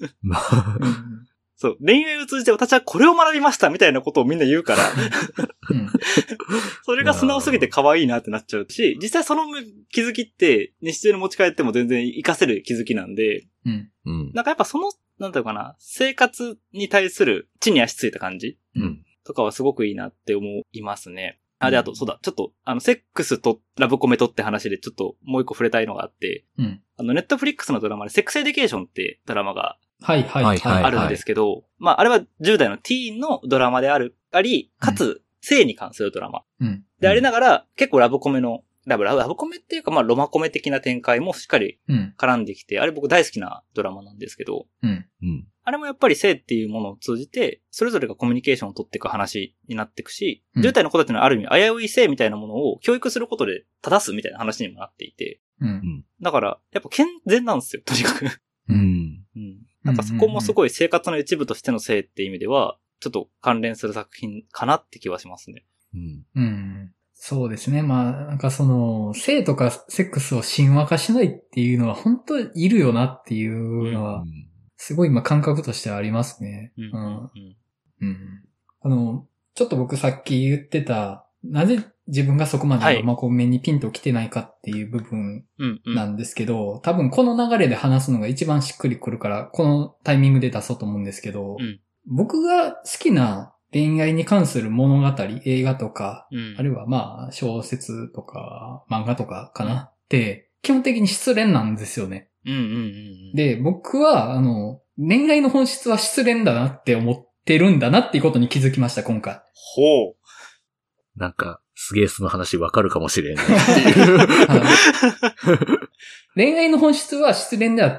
そう、恋愛を通じて私はこれを学びましたみたいなことをみんな言うから。うん、それが素直すぎて可愛いなってなっちゃうし、実際その気づきって日常に持ち帰っても全然活かせる気づきなんで、うん、なんかやっぱその、なんていうかな、生活に対する地に足ついた感じ、うん、とかはすごくいいなって思いますね。あ、で、あと、そうだ、ちょっと、あの、セックスとラブコメとって話でちょっともう一個触れたいのがあって、うん、あの、ネットフリックスのドラマでセックスエディケーションってドラマが、 はいはいはい。 あるんですけど、まあ、あれはじゅう代のティーンのドラマである、あり、かつ、性に関するドラマ。うん、でありながら、結構ラブコメの、ラブ、ラブ、ラブコメっていうか、まあ、ロマコメ的な展開もしっかり絡んできて、うん、あれ僕大好きなドラマなんですけど、うん、あれもやっぱり性っていうものを通じて、それぞれがコミュニケーションを取っていく話になっていくし、うん、じゅう代の子たちのある意味、危うい性みたいなものを教育することで正すみたいな話にもなっていて、うん、だから、やっぱ健全なんですよ、とにかく。うん。うん。なんかそこもすごい生活の一部としての性って意味では、ちょっと関連する作品かなって気はしますね。 うん。うん。そうですね。まあ、なんかその、性とかセックスを神話化しないっていうのは本当にいるよなっていうのは、すごい今感覚としてはありますね。うん。うん。うん、あの、ちょっと僕さっき言ってた、なぜ自分がそこまでロマコメにピンと来てないかっていう部分なんですけど、はいうんうん、多分この流れで話すのが一番しっくりくるから、このタイミングで出そうと思うんですけど、うん、僕が好きな恋愛に関する物語、映画とか、うん、あるいはまあ小説とか漫画とかかな、うん、って基本的に失恋なんですよね。うんうんうん、で、僕はあの恋愛の本質は失恋だなって思ってるんだなっていうことに気づきました、今回。 ほう。 なんか、すげえその話わかるかもしれないっていう。 恋愛の本質は失恋であって、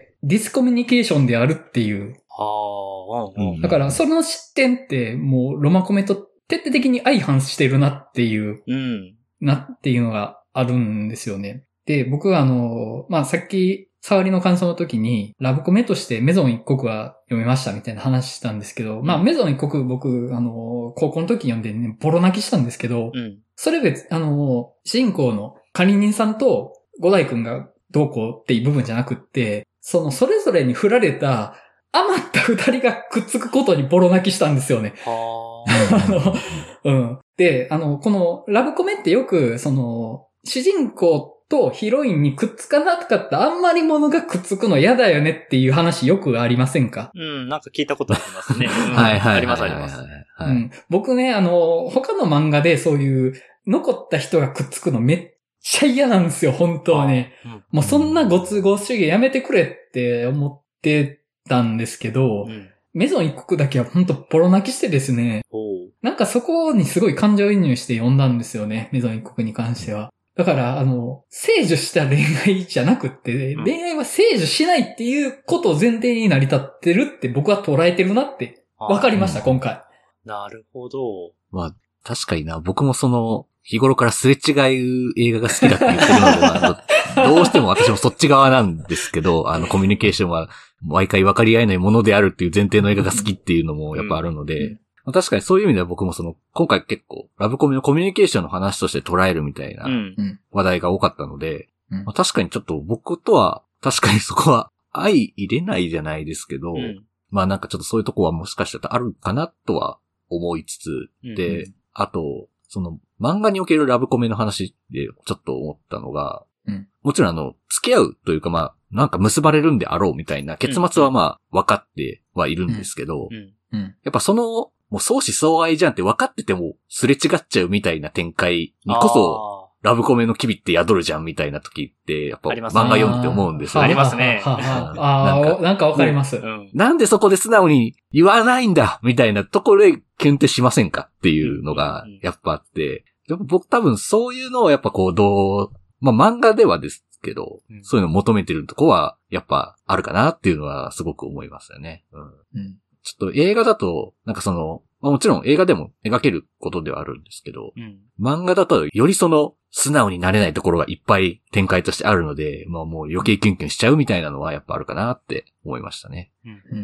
ディスコミュニケーションであるっていう。はあ、だから、その視点ってもうロマコメと徹底的に相反してるなっていう、うん、なっていうのがあるんですよね。で、僕はあの、まあ、さっき、触りの感想の時に、ラブコメとしてメゾン一国は読みましたみたいな話したんですけど、うん、まあメゾン一国僕、あの、高校の時読んでね、ボロ泣きしたんですけど、うん、それ別、あの、主人公の管理人さんと五代くんがどうこうっていう部分じゃなくって、そのそれぞれに振られた余った二人がくっつくことにボロ泣きしたんですよね。はあの、うん。で、あの、このラブコメってよく、その、主人公とヒロインにくっつかなかったあんまりものがくっつくの嫌だよねっていう話よくありませんか？ うん、なんか聞いたことありますね。 うん、はいはい。 ありますあります。 うん。僕ね、あの、他の漫画でそういう残った人がくっつくのめっちゃ嫌なんですよ、本当はね。うん、もうそんなご都合主義やめてくれって思ってたんですけど、うん、メゾン一国だけは本当ボロ泣きしてですね、なんかそこにすごい感情移入して読んだんですよね、メゾン一国に関しては。だから、あの、成就した恋愛じゃなくって、うん、恋愛は成就しないっていうことを前提に成り立ってるって僕は捉えてるなって分かりました、今回。 なるほど。 まあ、確かにな、僕もその、日頃からすれ違う映画が好きだって言ってるので、まあ、どうしても私もそっち側なんですけど、あの、コミュニケーションは毎回分かり合えないものであるっていう前提の映画が好きっていうのもやっぱあるので、うん確かにそういう意味では僕もその、今回結構、ラブコメのコミュニケーションの話として捉えるみたいな話題が多かったので、うんまあ、確かにちょっと僕とは、確かにそこは相入れないじゃないですけど、うん、まあなんかちょっとそういうとこはもしかしたらあるかなとは思いつつ、で、うん、あと、その漫画におけるラブコメの話でちょっと思ったのが、うん、もちろんあの、付き合うというかまあ、なんか結ばれるんであろうみたいな結末はまあ、分かってはいるんですけど、うんうん、やっぱその、もう相思相愛じゃんって分かっててもすれ違っちゃうみたいな展開にこそ、 ラブコメの機微って宿るじゃんみたいな時って、やっぱ漫画読んで思うんですよね。 ありますね。 ああ、なんかわかります、うん。 なんでそこで素直に言わないんだみたいなところでキュンってしませんかっていうのがやっぱあって、でも僕多分そういうのをやっぱこうどう、まあ漫画ではですけど、うん、そういうのを求めてるとこはやっぱあるかなっていうのはすごく思いますよね。うんうん、ちょっと映画だと、なんかその、まあ、もちろん映画でも描けることではあるんですけど、うん、漫画だとよりその素直になれないところがいっぱい展開としてあるので、まあもう余計キュンキュンしちゃうみたいなのはやっぱあるかなって思いましたね。うんうんうん、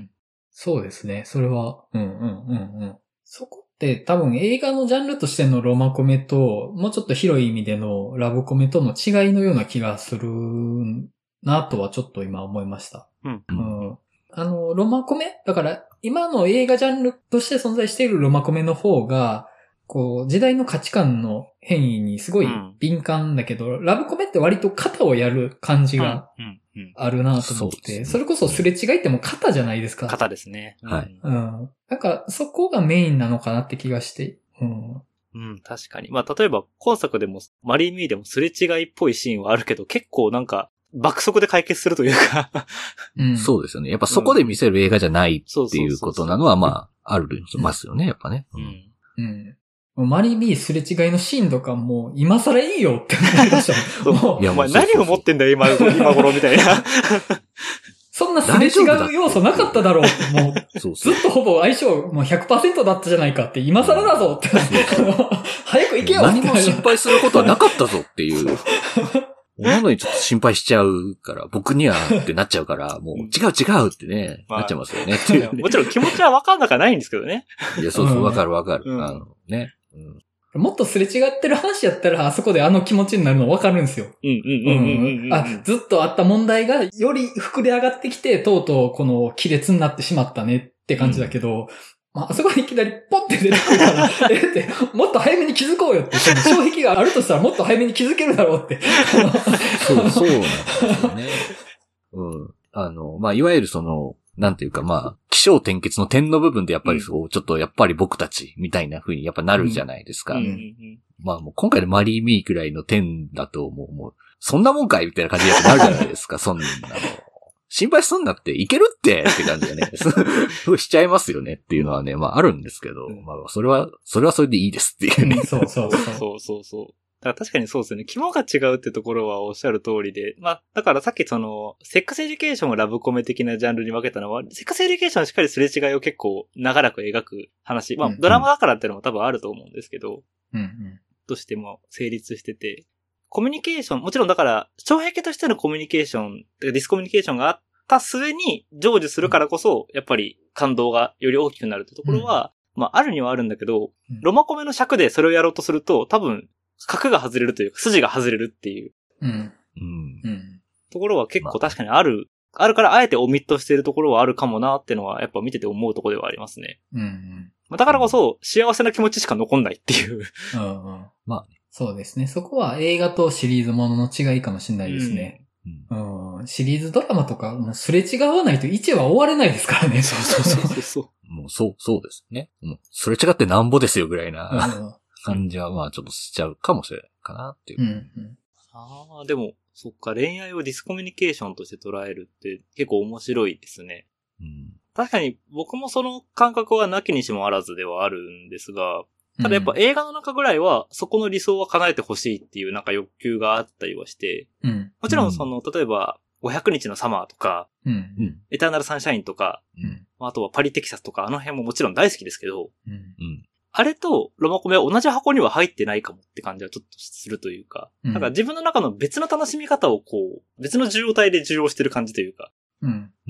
そうですね。それは、うんうんうんうん。そこって多分映画のジャンルとしてのロマコメと、もうちょっと広い意味でのラブコメとの違いのような気がするなとはちょっと今思いました。うんうん、あの、ロマコメだから今の映画ジャンルとして存在しているロマコメの方が、こう、時代の価値観の変異にすごい敏感だけど、うん、ラブコメって割と肩をやる感じがあるなと思って、うんうんうん、そ, それこそすれ違いってもう肩じゃないですか。 肩ですね。 はい。うん。なんかそこがメインなのかなって気がして、うん。 うん、確かに。まあ、例えば今作でもマリー・ミーでもすれ違いっぽいシーンはあるけど、結構なんか、爆速で解決するというか、 うん。そうですよね。やっぱそこで見せる映画じゃないっていうことなのは、まあ、あるますよね、やっぱね。うん。 うんマリー・ミーすれ違いのシーンとかもう今更いいよって思いましたもん。 いや、お前何を持ってんだよ、今、今頃みたいな。 そんなすれ違う要素なかっただろうって、もう、そうそうずっとほぼ相性もう ひゃくパーセント だったじゃないかって、今更だぞって。早く行けよって。 何も心配することはなかったぞっていう。なのにちょっと心配しちゃうから、僕にはってなっちゃうから、もう違う違うってね、まあ、なっちゃいますよねっていう、ね。 もちろん気持ちは分かんなくはないんですけどね。 いや、そうそう、分かる分かる。うん、あのね。 うん、もっとすれ違ってる話やったら、あそこであの気持ちになるの分かるんですよ。うんうんうん。あ、ずっとあった問題がより膨れ上がってきて、とうとうこの亀裂になってしまったねって感じだけど、うんまあ、あそこにいきなりポッて出てくるから、えって、もっと早めに気づこうよって、障壁があるとしたらもっと早めに気づけるだろうって。 そう、そうなんですよね。うん。あの、まあ、いわゆるその、なんていうかまあ、起承転結の点の部分でやっぱりそう、うん、ちょっとやっぱり僕たちみたいな風にやっぱなるじゃないですか。うんうんうん、まあもう今回のマリー・ミーくらいの点だともう、もう、そんなもんかいみたいな感じになるじゃないですか、そんなの。心配すんなって、いけるってって感じでね、しちゃいますよねっていうのはね、まああるんですけど、うん、まあそれは、それはそれでいいですっていうね。 そうそうそう。 そうそうそう。だから確かにそうですね。肝が違うってところはおっしゃる通りで。まあ、だからさっきその、セックスエデュケーションをラブコメ的なジャンルに分けたのは、セックスエデュケーションはしっかりすれ違いを結構長らく描く話。まあ、ドラマだからっていうのも多分あると思うんですけど、うんうん、としても成立してて、コミュニケーション、もちろんだから、障壁としてのコミュニケーション、ディスコミュニケーションがあった末に成就するからこそ、やっぱり感動がより大きくなるってところは、うん、まあ、あるにはあるんだけど、ロマコメの尺でそれをやろうとすると、多分、角が外れるというか、筋が外れるっていう。うん。うん。ところは結構確かにある、まあ、あるからあえてオミットしているところはあるかもなってのは、やっぱ見てて思うところではありますね。うん、うん。だからこそ、幸せな気持ちしか残んないっていう。うんうん。まあ、そうですね。そこは映画とシリーズものの違いかもしれないですね。うん。うん、シリーズドラマとか、もうすれ違わないといちわ終われないですからね。 そうそうそうそう。もうそう、そうですね。もう、すれ違ってなんぼですよぐらいな。うん感じはまあちょっとしちゃうかもしれないかなっていう。うんうん、 ああ、でも、そっか、恋愛をディスコミュニケーションとして捉えるって結構面白いですね。うん、確かに僕もその感覚はなきにしもあらずではあるんですが、ただやっぱ映画の中ぐらいはそこの理想は叶えてほしいっていうなんか欲求があったりはして、うん、もちろんその、例えばごひゃくにちのサマーとか、うん、エターナルサンシャインとか、うん、あとはパリテキサスとかあの辺ももちろん大好きですけど、うんうんあれとロマコメは同じ箱には入ってないかもって感じはちょっとするというか、うん、なんか自分の中の別の楽しみ方をこう、別の受容体で受容してる感じというか。うん。 うん。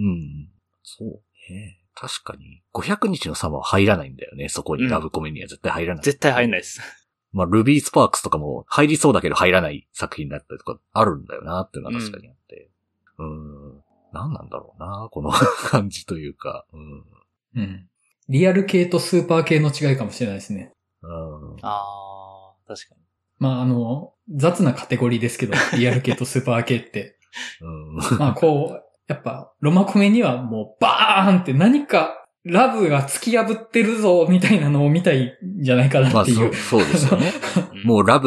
そうね。確かに。ごひゃくにちのサマーは入らないんだよね。そこにラブコメには絶対入らない。うん、 絶対入らないです。 まあ、ルビースパークスとかも入りそうだけど入らない作品だったりとかあるんだよなっていうのは確かにあって。うん。うーん。何なんだろうな、この感じというか。うん。 うん。リアル系とスーパー系の違いかもしれないですね。 うん、ああ、確かに。 まあ、あの、雑なカテゴリーですけど、リアル系とスーパー系って。うん、まあ、こう、やっぱ、ロマコメにはもうバーンって何か、ラブが突き破ってるぞ、みたいなのを見たいんじゃないかなっていう。 まあ、そう、そうですよね。もうラブ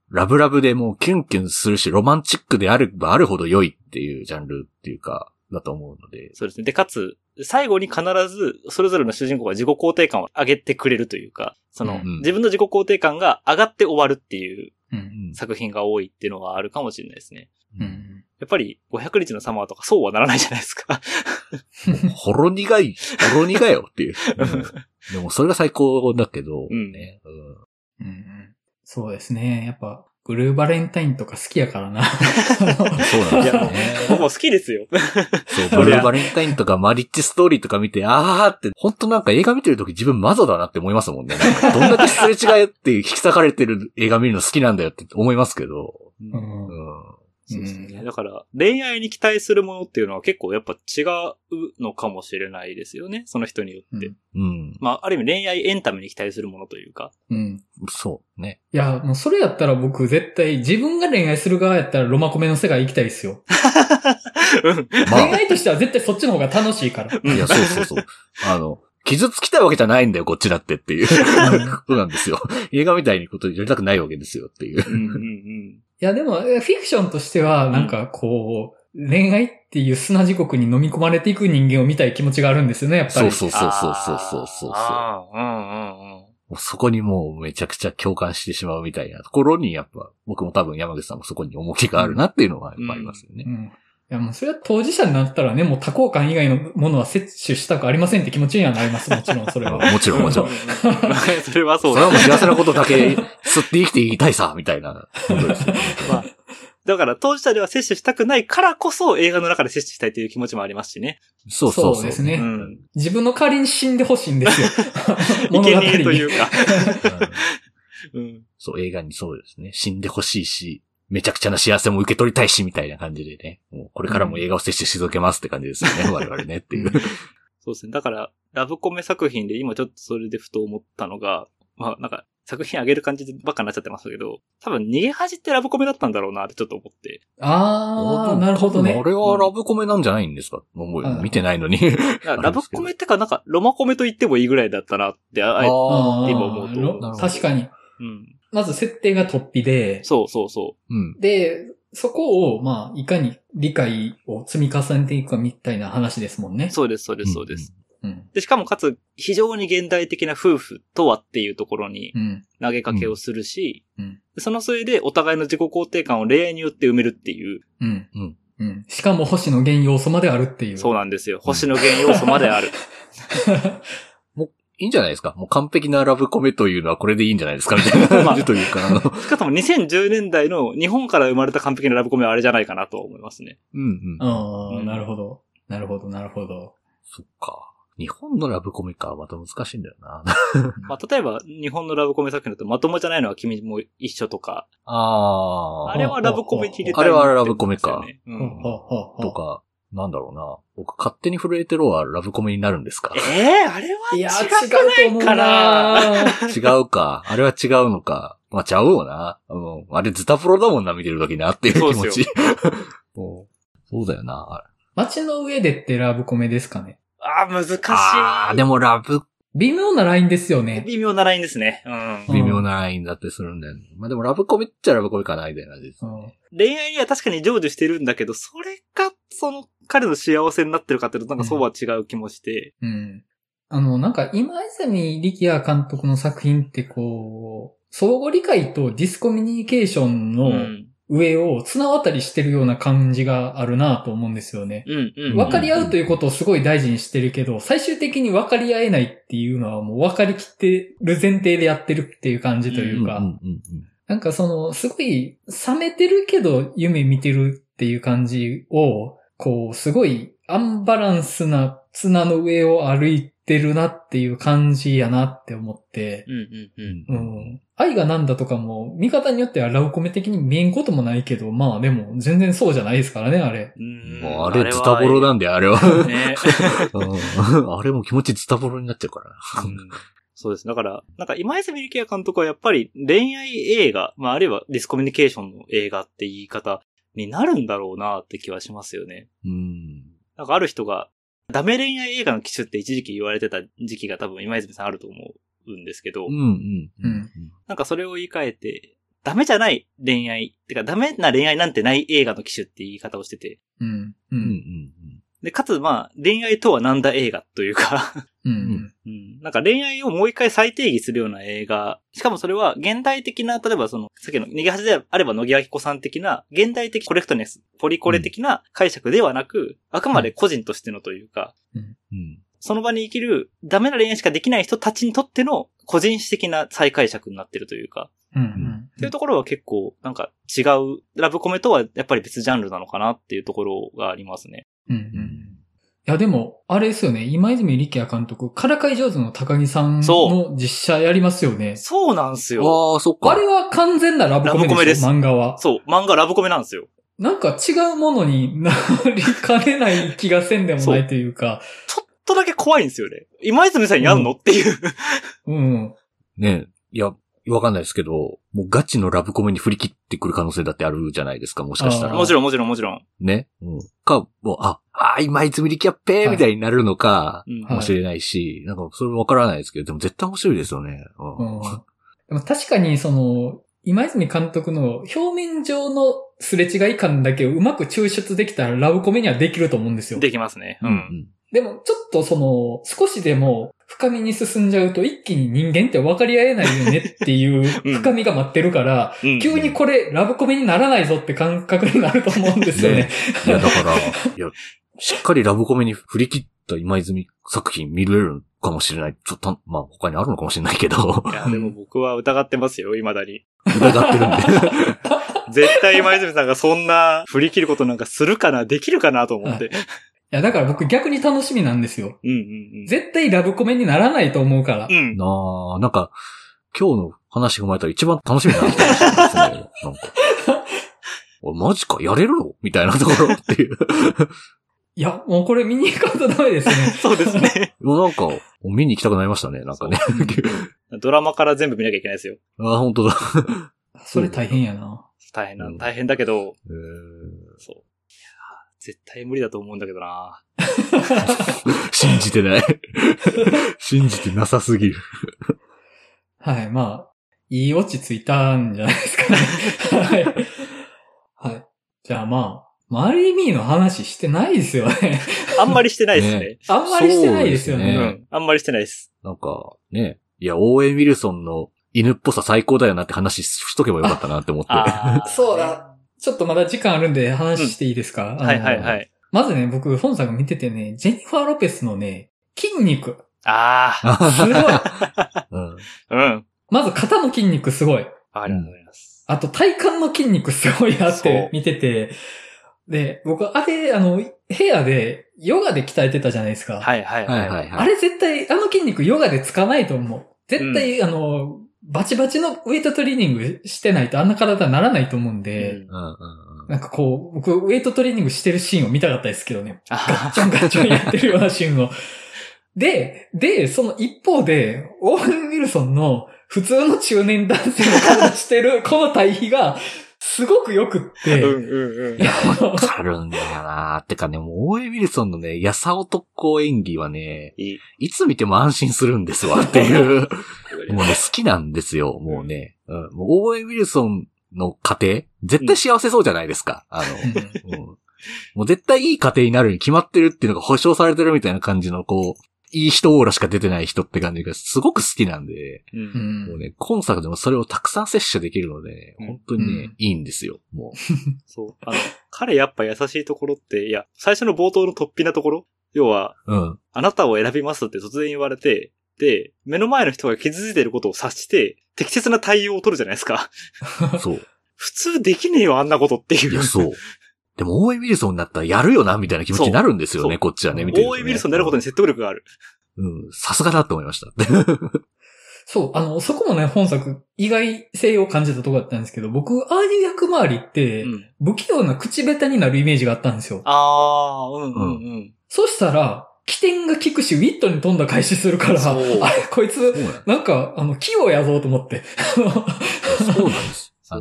ラブラブでもうキュンキュンするし、ロマンチックであればあるほど良いっていうジャンルっていうか、だと思うので。 そうですね。で、かつ、最後に必ず、それぞれの主人公が自己肯定感を上げてくれるというか、その、うん、自分の自己肯定感が上がって終わるっていう作品が多いっていうのはあるかもしれないですね。うん、やっぱり、ごひゃくにちのサマーとかそうはならないじゃないですか。 ほろ苦い、ほろ苦いよっていう。うん、でもそれが最高だけど、ね、 うんうんうん。そうですね。やっぱ、ブルーバレンタインとか好きやからな。 そうなんですよね。 僕も好きですよ。 そう、ブルーバレンタインとかマリッジストーリーとか見て、あーって、本当なんか映画見てるとき自分マゾだなって思いますもんね。なんかどんだけすれ違いって引き裂かれてる映画見るの好きなんだよって思いますけど。うんうんそうですね。だから、恋愛に期待するものっていうのは結構やっぱ違うのかもしれないですよね。その人によって。うん。まあ、ある意味恋愛エンタメに期待するものというか。 うん。そうね。 いや、もうそれやったら僕絶対自分が恋愛する側やったらロマコメの世界行きたいですよ。うん、まあ、恋愛としては絶対そっちの方が楽しいから。 いや、そうそうそう。あの、傷つきたいわけじゃないんだよ、こっちだってっていうことなんですよ。映画みたいにことやりたくないわけですよっていう。うんうんうんいやでも、フィクションとしては、なんかこう、うん、恋愛っていう砂地獄に飲み込まれていく人間を見たい気持ちがあるんですよね、やっぱり。 そうそうそうそうそうそうそう。あうんうんうん、そこにもうめちゃくちゃ共感してしまうみたいなところに、やっぱ、僕も多分山口さんもそこに重きがあるなっていうのはやっぱありますよね。うんうんうんいやもうそれは当事者になったらね、もう多幸感以外のものは摂取したくありませんって気持ちにはなります、もちろんそれは。 もちろんもちろん。 それはそうだ。 それはもう幸せなことだけ吸って生きていきたいさ、みたいなことですよね。まあ、 だから当事者では摂取したくないからこそ映画の中で摂取したいという気持ちもありますしね。 そうそうそう。 そうですね。うん、自分の代わりに死んでほしいんですよ。 生贄というか、 うん。そう、映画にそうですね。死んでほしいし、めちゃくちゃな幸せも受け取りたいし、みたいな感じでね。もうこれからも映画を摂取し続けますって感じですよね、うん、我々ねっていう。 そうですね。だから、ラブコメ作品で今ちょっとそれでふと思ったのが、まあなんか作品上げる感じばっかになっちゃってますけど、多分逃げ恥ってラブコメだったんだろうなってちょっと思って。 あー、なるほどね。 あれはラブコメなんじゃないんですか、うん、もう見てないのに。 ラブコメってかなんかロマコメと言ってもいいぐらいだったなって、あえて今思うと。 確かに。うん。まず設定が突飛で。 そうそうそう。 うん、で、そこを、まあ、いかに理解を積み重ねていくかみたいな話ですもんね。 そうです、そうです、そうです。うん、で、しかもかつ、非常に現代的な夫婦とはっていうところに投げかけをするし、うんうん、そのせいでお互いの自己肯定感を恋愛によって埋めるっていう。うんうんうん、しかも星の原要素まであるっていう。 そうなんですよ。星の原要素まである。 いいんじゃないですか。もう完璧なラブコメというのはこれでいいんじゃないですかみたいな感じというか。あのしかもにせんじゅうねんだいの日本から生まれた完璧なラブコメはあれじゃないかなと思いますね。うんうん。ああ、うん、なるほど。なるほど、なるほど。 そっか。日本のラブコメか、また難しいんだよな。 まあ、例えば、日本のラブコメ作品だと、まともじゃないのは君も一緒とか。 ああ。 あれはラブコメに入れたい、 ね。あれはラブコメか。 うん。 とか。なんだろうな。僕、勝手に震えてろはラブコメになるんですか？ ええー、あれは違うかな。 違うか。あれは違うのか。まあ、ちゃうよな。あの、あれズタプロだもんな、見てるときなっていう気持ち。そうそうだよな。 街の上でってラブコメですかね。 ああ、難しい。 ああ、でもラブ、 微妙なラインですよね。 微妙なラインですね。 うん。微妙なラインだってするんだよね。まあでもラブコメっちゃラブコメかな、みたいな感じですね、うん。 恋愛には確かに成就してるんだけど、それが、その、彼の幸せになってるかっていうと、なんかそうは違う気もして。 うん。うん、あの、なんか今泉力也監督の作品ってこう、相互理解とディスコミュニケーションの、うん上を綱渡りしてるような感じがあるなと思うんですよね。うんうんうん、分かり合うということをすごい大事にしてるけど、最終的に分かり合えないっていうのはもう分かりきってる前提でやってるっていう感じというか、うんうんうんうん、なんかそのすごい冷めてるけど夢見てるっていう感じを、こうすごいアンバランスな綱の上を歩いてるなっていう感じやなって思って、うんうんうんうん、愛がなんだとかも見方によってはラブコメ的に見えんこともないけど、まあでも全然そうじゃないですからね、あれ。 うんもうあれズタボロなんで、あれは。ね、あれも気持ちズタボロになっちゃうから、うん。 そうです。だから、なんか今泉力也監督はやっぱり恋愛映画、まああるいはディスコミュニケーションの映画って言い方になるんだろうなって気はしますよね。うん。なんかある人が、ダメ恋愛映画の機種って一時期言われてた時期が多分今泉さんあると思うんですけど、うんうんうん、なんかそれを言い換えて、 ダメじゃない恋愛、てかダメな恋愛なんてない映画の機種って言い方をしてて。 うん。うん。うん。 で、かつ、まあ、恋愛とはなんだ映画というかうん、 うん。なんか恋愛をもう一回再定義するような映画。しかもそれは現代的な、例えばその、さっきの逃げ恥であれば野木明子さん的な、現代的コレクトネス、ポリコレ的な解釈ではなく、うん、あくまで個人としてのというか、 うん、 その場に生きるダメな恋愛しかできない人たちにとっての個人史的な再解釈になってるというか、 うんうん、 っていうところは結構なんか違う、ラブコメとはやっぱり別ジャンルなのかなっていうところがありますね。 うんうんいやでも、あれですよね。今泉力也監督、からかい上手の高木さんの実写やりますよね。 そうなんですよ。 ああ、そっか。 あれは完全なラブコメです。ラブコメです。漫画は。 そう、漫画ラブコメなんですよ。 なんか違うものになりかねない気がせんでもないというか。 ちょっとだけ怖いんですよね。今泉さんにやんの、うん、っていう。 うん。 ねえ。いや、わかんないですけど、もうガチのラブコメに振り切ってくる可能性だってあるじゃないですか、もしかしたら。 もちろんもちろんもちろん。 ね。うん。か、もう、あ、あ、今泉力也っぺーみたいになるのか、もしれないし、はい、なんかそれわからないですけど、でも絶対面白いですよね。うん。 うん、でも確かにその、今泉監督の表面上のすれ違い感だけをうまく抽出できたらラブコメにはできると思うんですよ。 できますね。うん。うん、 でもちょっとその、少しでも深みに進んじゃうと一気に人間って分かり合えないよねっていう深みが待ってるから、うん、急にこれラブコメにならないぞって感覚になると思うんですよね。ねいやだから、いや、しっかりラブコメに振り切った今泉作品見れるかもしれない。ちょっと、まあ他にあるのかもしれないけど。 いや、でも僕は疑ってますよ、未だに。 疑ってるんで。 絶対今泉さんがそんな振り切ることなんかするかな、できるかなと思って。はいいや、だから僕逆に楽しみなんですよ。 うんうんうん。 絶対ラブコメにならないと思うから。 うん。 なあ、なんか、今日の話踏まえたら一番楽しみになってきましたね。なんか。マジか、やれるのみたいなところっていう。 いや、もうこれ見に行かんとダメですね。 そうですね。 もうなんか、見に行きたくなりましたね、なんかね。 ドラマから全部見なきゃいけないですよ。 あ、本当だ。 それ大変やな。 大変な、大変だけど。 へーそう。絶対無理だと思うんだけどな信じてない。信じてなさすぎる。 はい、まあ、いいオチついたんじゃないですかね。はい。はい。じゃあまあ、マリーミーの話してないですよね。 あんまりしてないですね。ねあんまりしてないですよね。 うん。あんまりしてないです。 なんか、ね。いや、オーエン・ウィルソンの犬っぽさ最高だよなって話しとけばよかったなって思って。 そうだ。ちょっとまだ時間あるんで話していいですか、 うん、はいはいはい。 まずね、僕本作見ててね、ジェニファー・ロペスのね、筋肉。 ああ。 すごい。 うん。 うん。 まず肩の筋肉すごい。 ありがとうございます。 あと体幹の筋肉すごいなって見てて、で、僕あれ、あの、部屋でヨガで鍛えてたじゃないですか。 はいはいはい、はい。 あれ絶対、あの筋肉ヨガでつかないと思う。絶対、うん、あの、バチバチのウェイトトレーニングしてないとあんな体にならないと思うんで、 うんうんうん、 なんかこう、僕ウェイトトレーニングしてるシーンを見たかったですけどね。ガッチョンガッチョンやってるようなシーンを。で、で、その一方で、オーウェン・ウィルソンの普通の中年男性の体してるこの対比が、すごく良くって。 うんうんうん。 いや、わかるんだよな。てかね、もう、オーエン・ウィルソンのね、やさ男演技はね、い, いつ見ても安心するんですわっていう。もうね、好きなんですよ、もうね。うん、もうオーエン・ウィルソンの家庭絶対幸せそうじゃないですか。うん、あの、うん、もう絶対いい家庭になるに決まってるっていうのが保証されてるみたいな感じの、こう、いい人オーラしか出てない人って感じがすごく好きなんで、 うん、 もうね、今作でもそれをたくさん摂取できるので、ね、本当にね、うん、いいんですよ、もう。 そう。あの、彼やっぱ優しいところって、いや、最初の冒頭の突飛なところ要は、 うん、 あなたを選びますって突然言われて、で、目の前の人が傷ついていることを察して、適切な対応を取るじゃないですか。 そう。 普通できねえよ、あんなことっていう。 いや、そう。でも、オーエン・ウィルソンになったらやるよな、みたいな気持ちになるんですよね、こっちはね、見てるとね。 オーエン・ウィルソンになることに説得力がある。 うん、さすがだと思いました。 そう、あの、そこもね、本作、意外性を感じたところだったんですけど、僕、ああいう役回りって、うん、不器用な口下手になるイメージがあったんですよ。 ああ、うんうんうん。 そしたら、起点が効くし、ウィットに飛んだ開始するから、あれ、こいつ、なんか、あの、器用やぞと思って。 そうなんです。あの、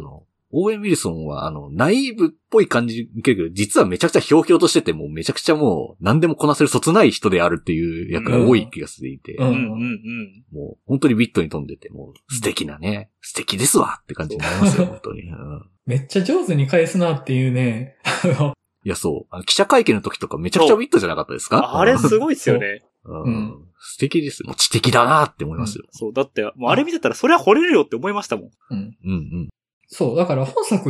オーウェン・ウィルソンは、あの、ナイーブっぽい感じ受けるけど、実はめちゃくちゃひょうひょうとしてて、もうめちゃくちゃもう、何でもこなせるそつない人であるっていう役が多い気がしていて、 うんうんうん、 もう、本当にビットに飛んでて、もう、素敵なね、うん、素敵ですわって感じになりますよ、本当に、うん。 めっちゃ上手に返すなっていうね。 いや、そう。あの記者会見の時とかめちゃくちゃビットじゃなかったですか？ あれすごいですよね。 うん、素敵ですよ。もう知的だなって思いますよ。 うん、そう。だって、もうあれ見てたらそれは惚れるよって思いましたもん。 うん。 うんうん。 そう。だから本作って、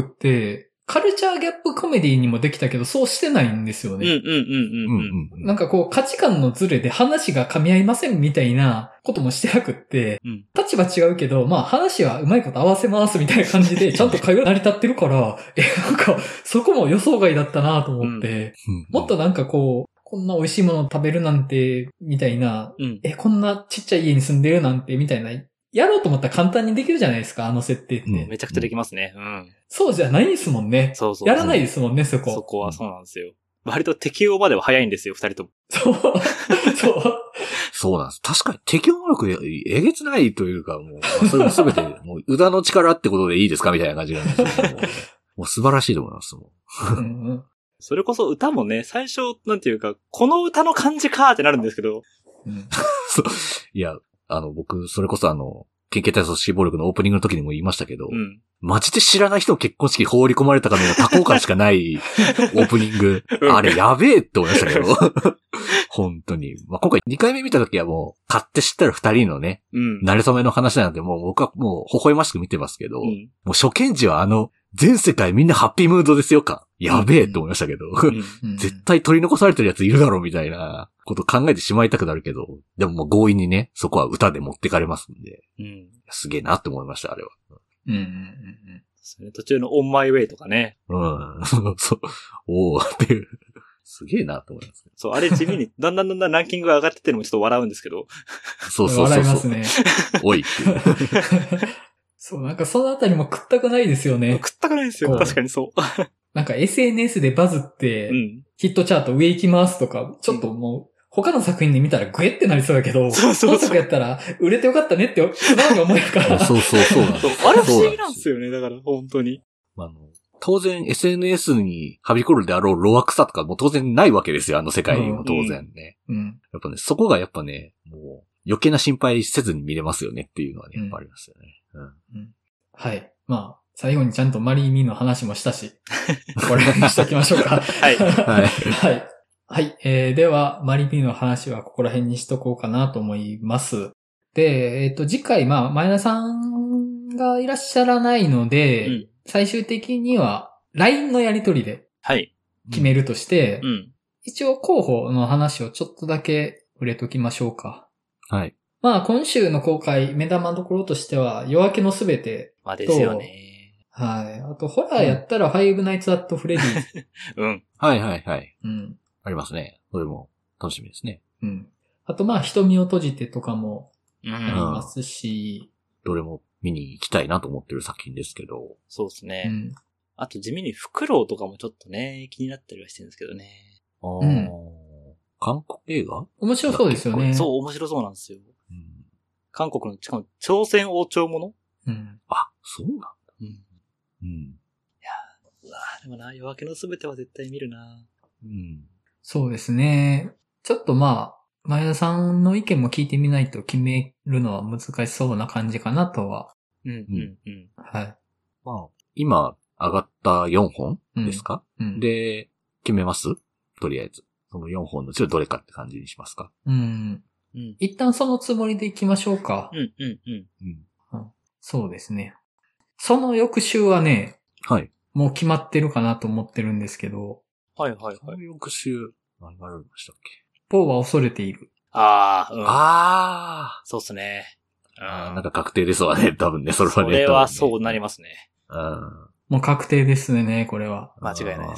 カルチャーギャップコメディにもできたけど、そうしてないんですよね。 うんうんうんうんうん。 なんかこう、価値観のズレで話が噛み合いませんみたいなこともしてなくって、うん、立場違うけど、まあ話はうまいこと合わせますみたいな感じで、ちゃんと会話成り立ってるから、え、なんか、そこも予想外だったなと思って、うん、もっとなんかこう、こんな美味しいものを食べるなんて、みたいな、うん、え、こんなちっちゃい家に住んでるなんて、みたいな、やろうと思ったら簡単にできるじゃないですか、あの設定って。 うん、めちゃくちゃできますね。うん。 そうじゃないですもんね。 そうそう。 やらないですもんね、そこ。 そこはそうなんですよ。割と適応までは早いんですよ、二人とも。 そう。そう。 そうなんです。確かに適応能力えげつないというか、もう、それもすべて、もう、腕の力ってことでいいですかみたいな感じなんですよ。もう、もう素晴らしいと思います、もう。うんうん、それこそ歌もね、最初、なんていうか、この歌の感じかーってなるんですけど。 うん、そう。いや、あの、僕、それこそあの、県警対組織暴力のオープニングの時にも言いましたけど、うん、マジで知らない人の結婚式放り込まれたかのような多幸感しかないオープニング。うん、あれやべえって思いましたけど。本当に。まあ、今回にかいめ見た時はもう、買って知ったら二人のね、うん、慣れ初めの話なんで、もう僕はもう微笑ましく見てますけど、うん、もう初見時はあの、全世界みんなハッピームードですよか。やべえって思いましたけど、うん、絶対取り残されてるやついるだろうみたいなこと考えてしまいたくなるけど、でももう強引にね、そこは歌で持ってかれますんで、うん、すげえなって思いました、あれは。 うんうんうんうんそれ途中のオンマイウェイとかね。 うん。そう、そう。おーっていう。すげえなと思います、ね。 そう、あれ地味にだんだんだんだんランキングが上がってってるのもちょっと笑うんですけど。 そうそうそうそう。 笑いますね。 おいっていう。 そう、なんかそのあたりも食ったくないですよね。 食ったくないですよ。確かにそう。 なんか エスエヌエス でバズって、うん、ヒットチャート上行きますとか、ちょっともう、他の作品で見たらグエってなりそうだけど、そうそうそう本作やったら売れてよかったねって素直に思えるから。 そうそうそうなんです。 あれ不思議なんですよね、だから本当に。 あの当然 エスエヌエス にはびこるであろうロア草とかも当然ないわけですよ、あの世界も当然ね。うんうん、やっぱね、そこがやっぱね、もう余計な心配せずに見れますよねっていうのはね、やっぱありますよね。うんうんうん、はい。まあ、最後にちゃんとマリー・ミーの話もしたし、これにしときましょうか。 はい。はい。 はいはい。えー、では、マリピーの話はここら辺にしとこうかなと思います。で、えっと、次回、まあ、前田さんがいらっしゃらないので、うん、最終的には ライン のやり取りで決めるとして、 うん、 一応候補の話をちょっとだけ触れときましょうか。 はい。 まあ、今週の公開、目玉どころとしては、夜明けのすべてと、 まあですよね。 はい。あと、ホラーやったら、ファイブナイツ・アット・フレディーズ。 うん。 はいはいはい。 うん。 ありますね。それも楽しみですね。 うん。あとまあ瞳を閉じてとかもありますし、 うん、どれも見に行きたいなと思ってる作品ですけど。 そうですね。 うん、 あと地味にフクロウとかもちょっとね、気になったりはしてるんですけどね。 ああ、うん、韓国映画？ 面白そうですよね。 そう、面白そうなんですよ。うん、韓国の、しかも朝鮮王朝もの？ うん。 あ、そうなんだ。 うん。 うん。いやー、うわーでもな、夜明けのすべては絶対見るな。 うん。 そうですね。ちょっとまあ、前田さんの意見も聞いてみないと決めるのは難しそうな感じかなとは。 うんうんうん。 はい。 まあ、今上がったよんほんですか、 うんうん、 で、決めますとりあえず。そのよんほんのうちどれかって感じにしますかうん。うん、一旦そのつもりでいきましょうか。 うんうんうん。 うん、 そうですね。その翌週はね、 はい。 もう決まってるかなと思ってるんですけど、 はいはいはい。 その翌週、何がありましたっけ？ ポーは恐れている。 ああ、うん。 ああ。 そうっすね。 あなんか確定ですわね、多分ね、それはね。 それはそうなりますね。 うん。 もう確定ですね、これは。 間違いないです。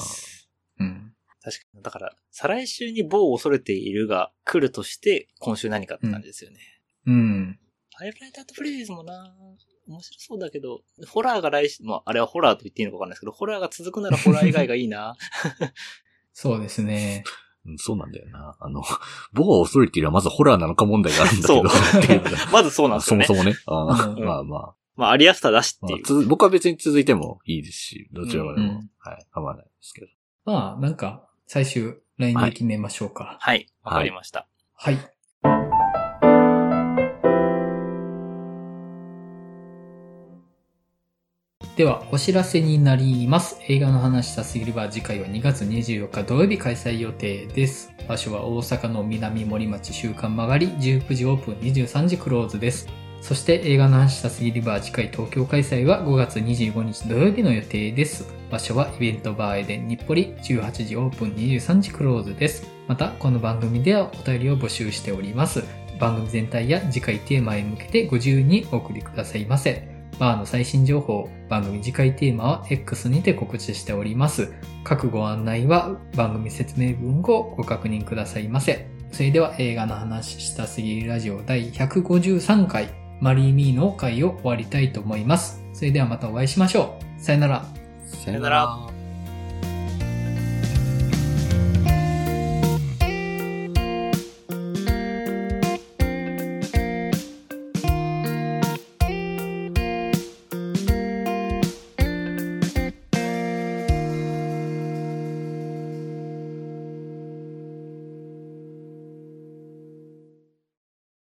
うん。 確かに。だから、再来週に某恐れているが来るとして、今週何かって感じですよね。 うん。うん、 ファイブナイト・アット・フレディーズもな面白そうだけど、ホラーが来週、まあ、あれはホラーと言っていいのかわかんないですけど、ホラーが続くならホラー以外がいいな。 そうですね。 そうなんだよな。あの、某恐れているはまずホラーなのか問題があるんだけど。 そう。まずそうなんですよね。 そもそもね。あ、うん、まあまあ。 まあ、ありやすさだしっていう。 まあ、僕は別に続いてもいいですし、どちらまでも、うん、はい、構わないですけど。 まあ、なんか、最終、来年決めましょうか。 はい。わ、はい、かりました。 はい。では、お知らせになります。映画の話したすぎれば次回はにがつにじゅうよっか土曜日開催予定です。場所は大阪の南森町週刊曲がり、じゅうくじオープン、にじゅうさんじクローズです。そして映画の話したすぎれば次回東京開催はごがつにじゅうごにち土曜日の予定です。場所はイベントバーエデン日暮里、じゅうはちじオープン、にじゅうさんじクローズです。また、この番組ではお便りを募集しております。番組全体や次回テーマへ向けてご自由にお送りくださいませ。バーの最新情報、番組次回テーマは X にて告知しております。各ご案内は番組説明文をご確認くださいませ。それでは映画の話したすぎるラジオだいひゃくごじゅうさんかいマリーミーの回を終わりたいと思います。それではまたお会いしましょう。さよなら。 さよなら。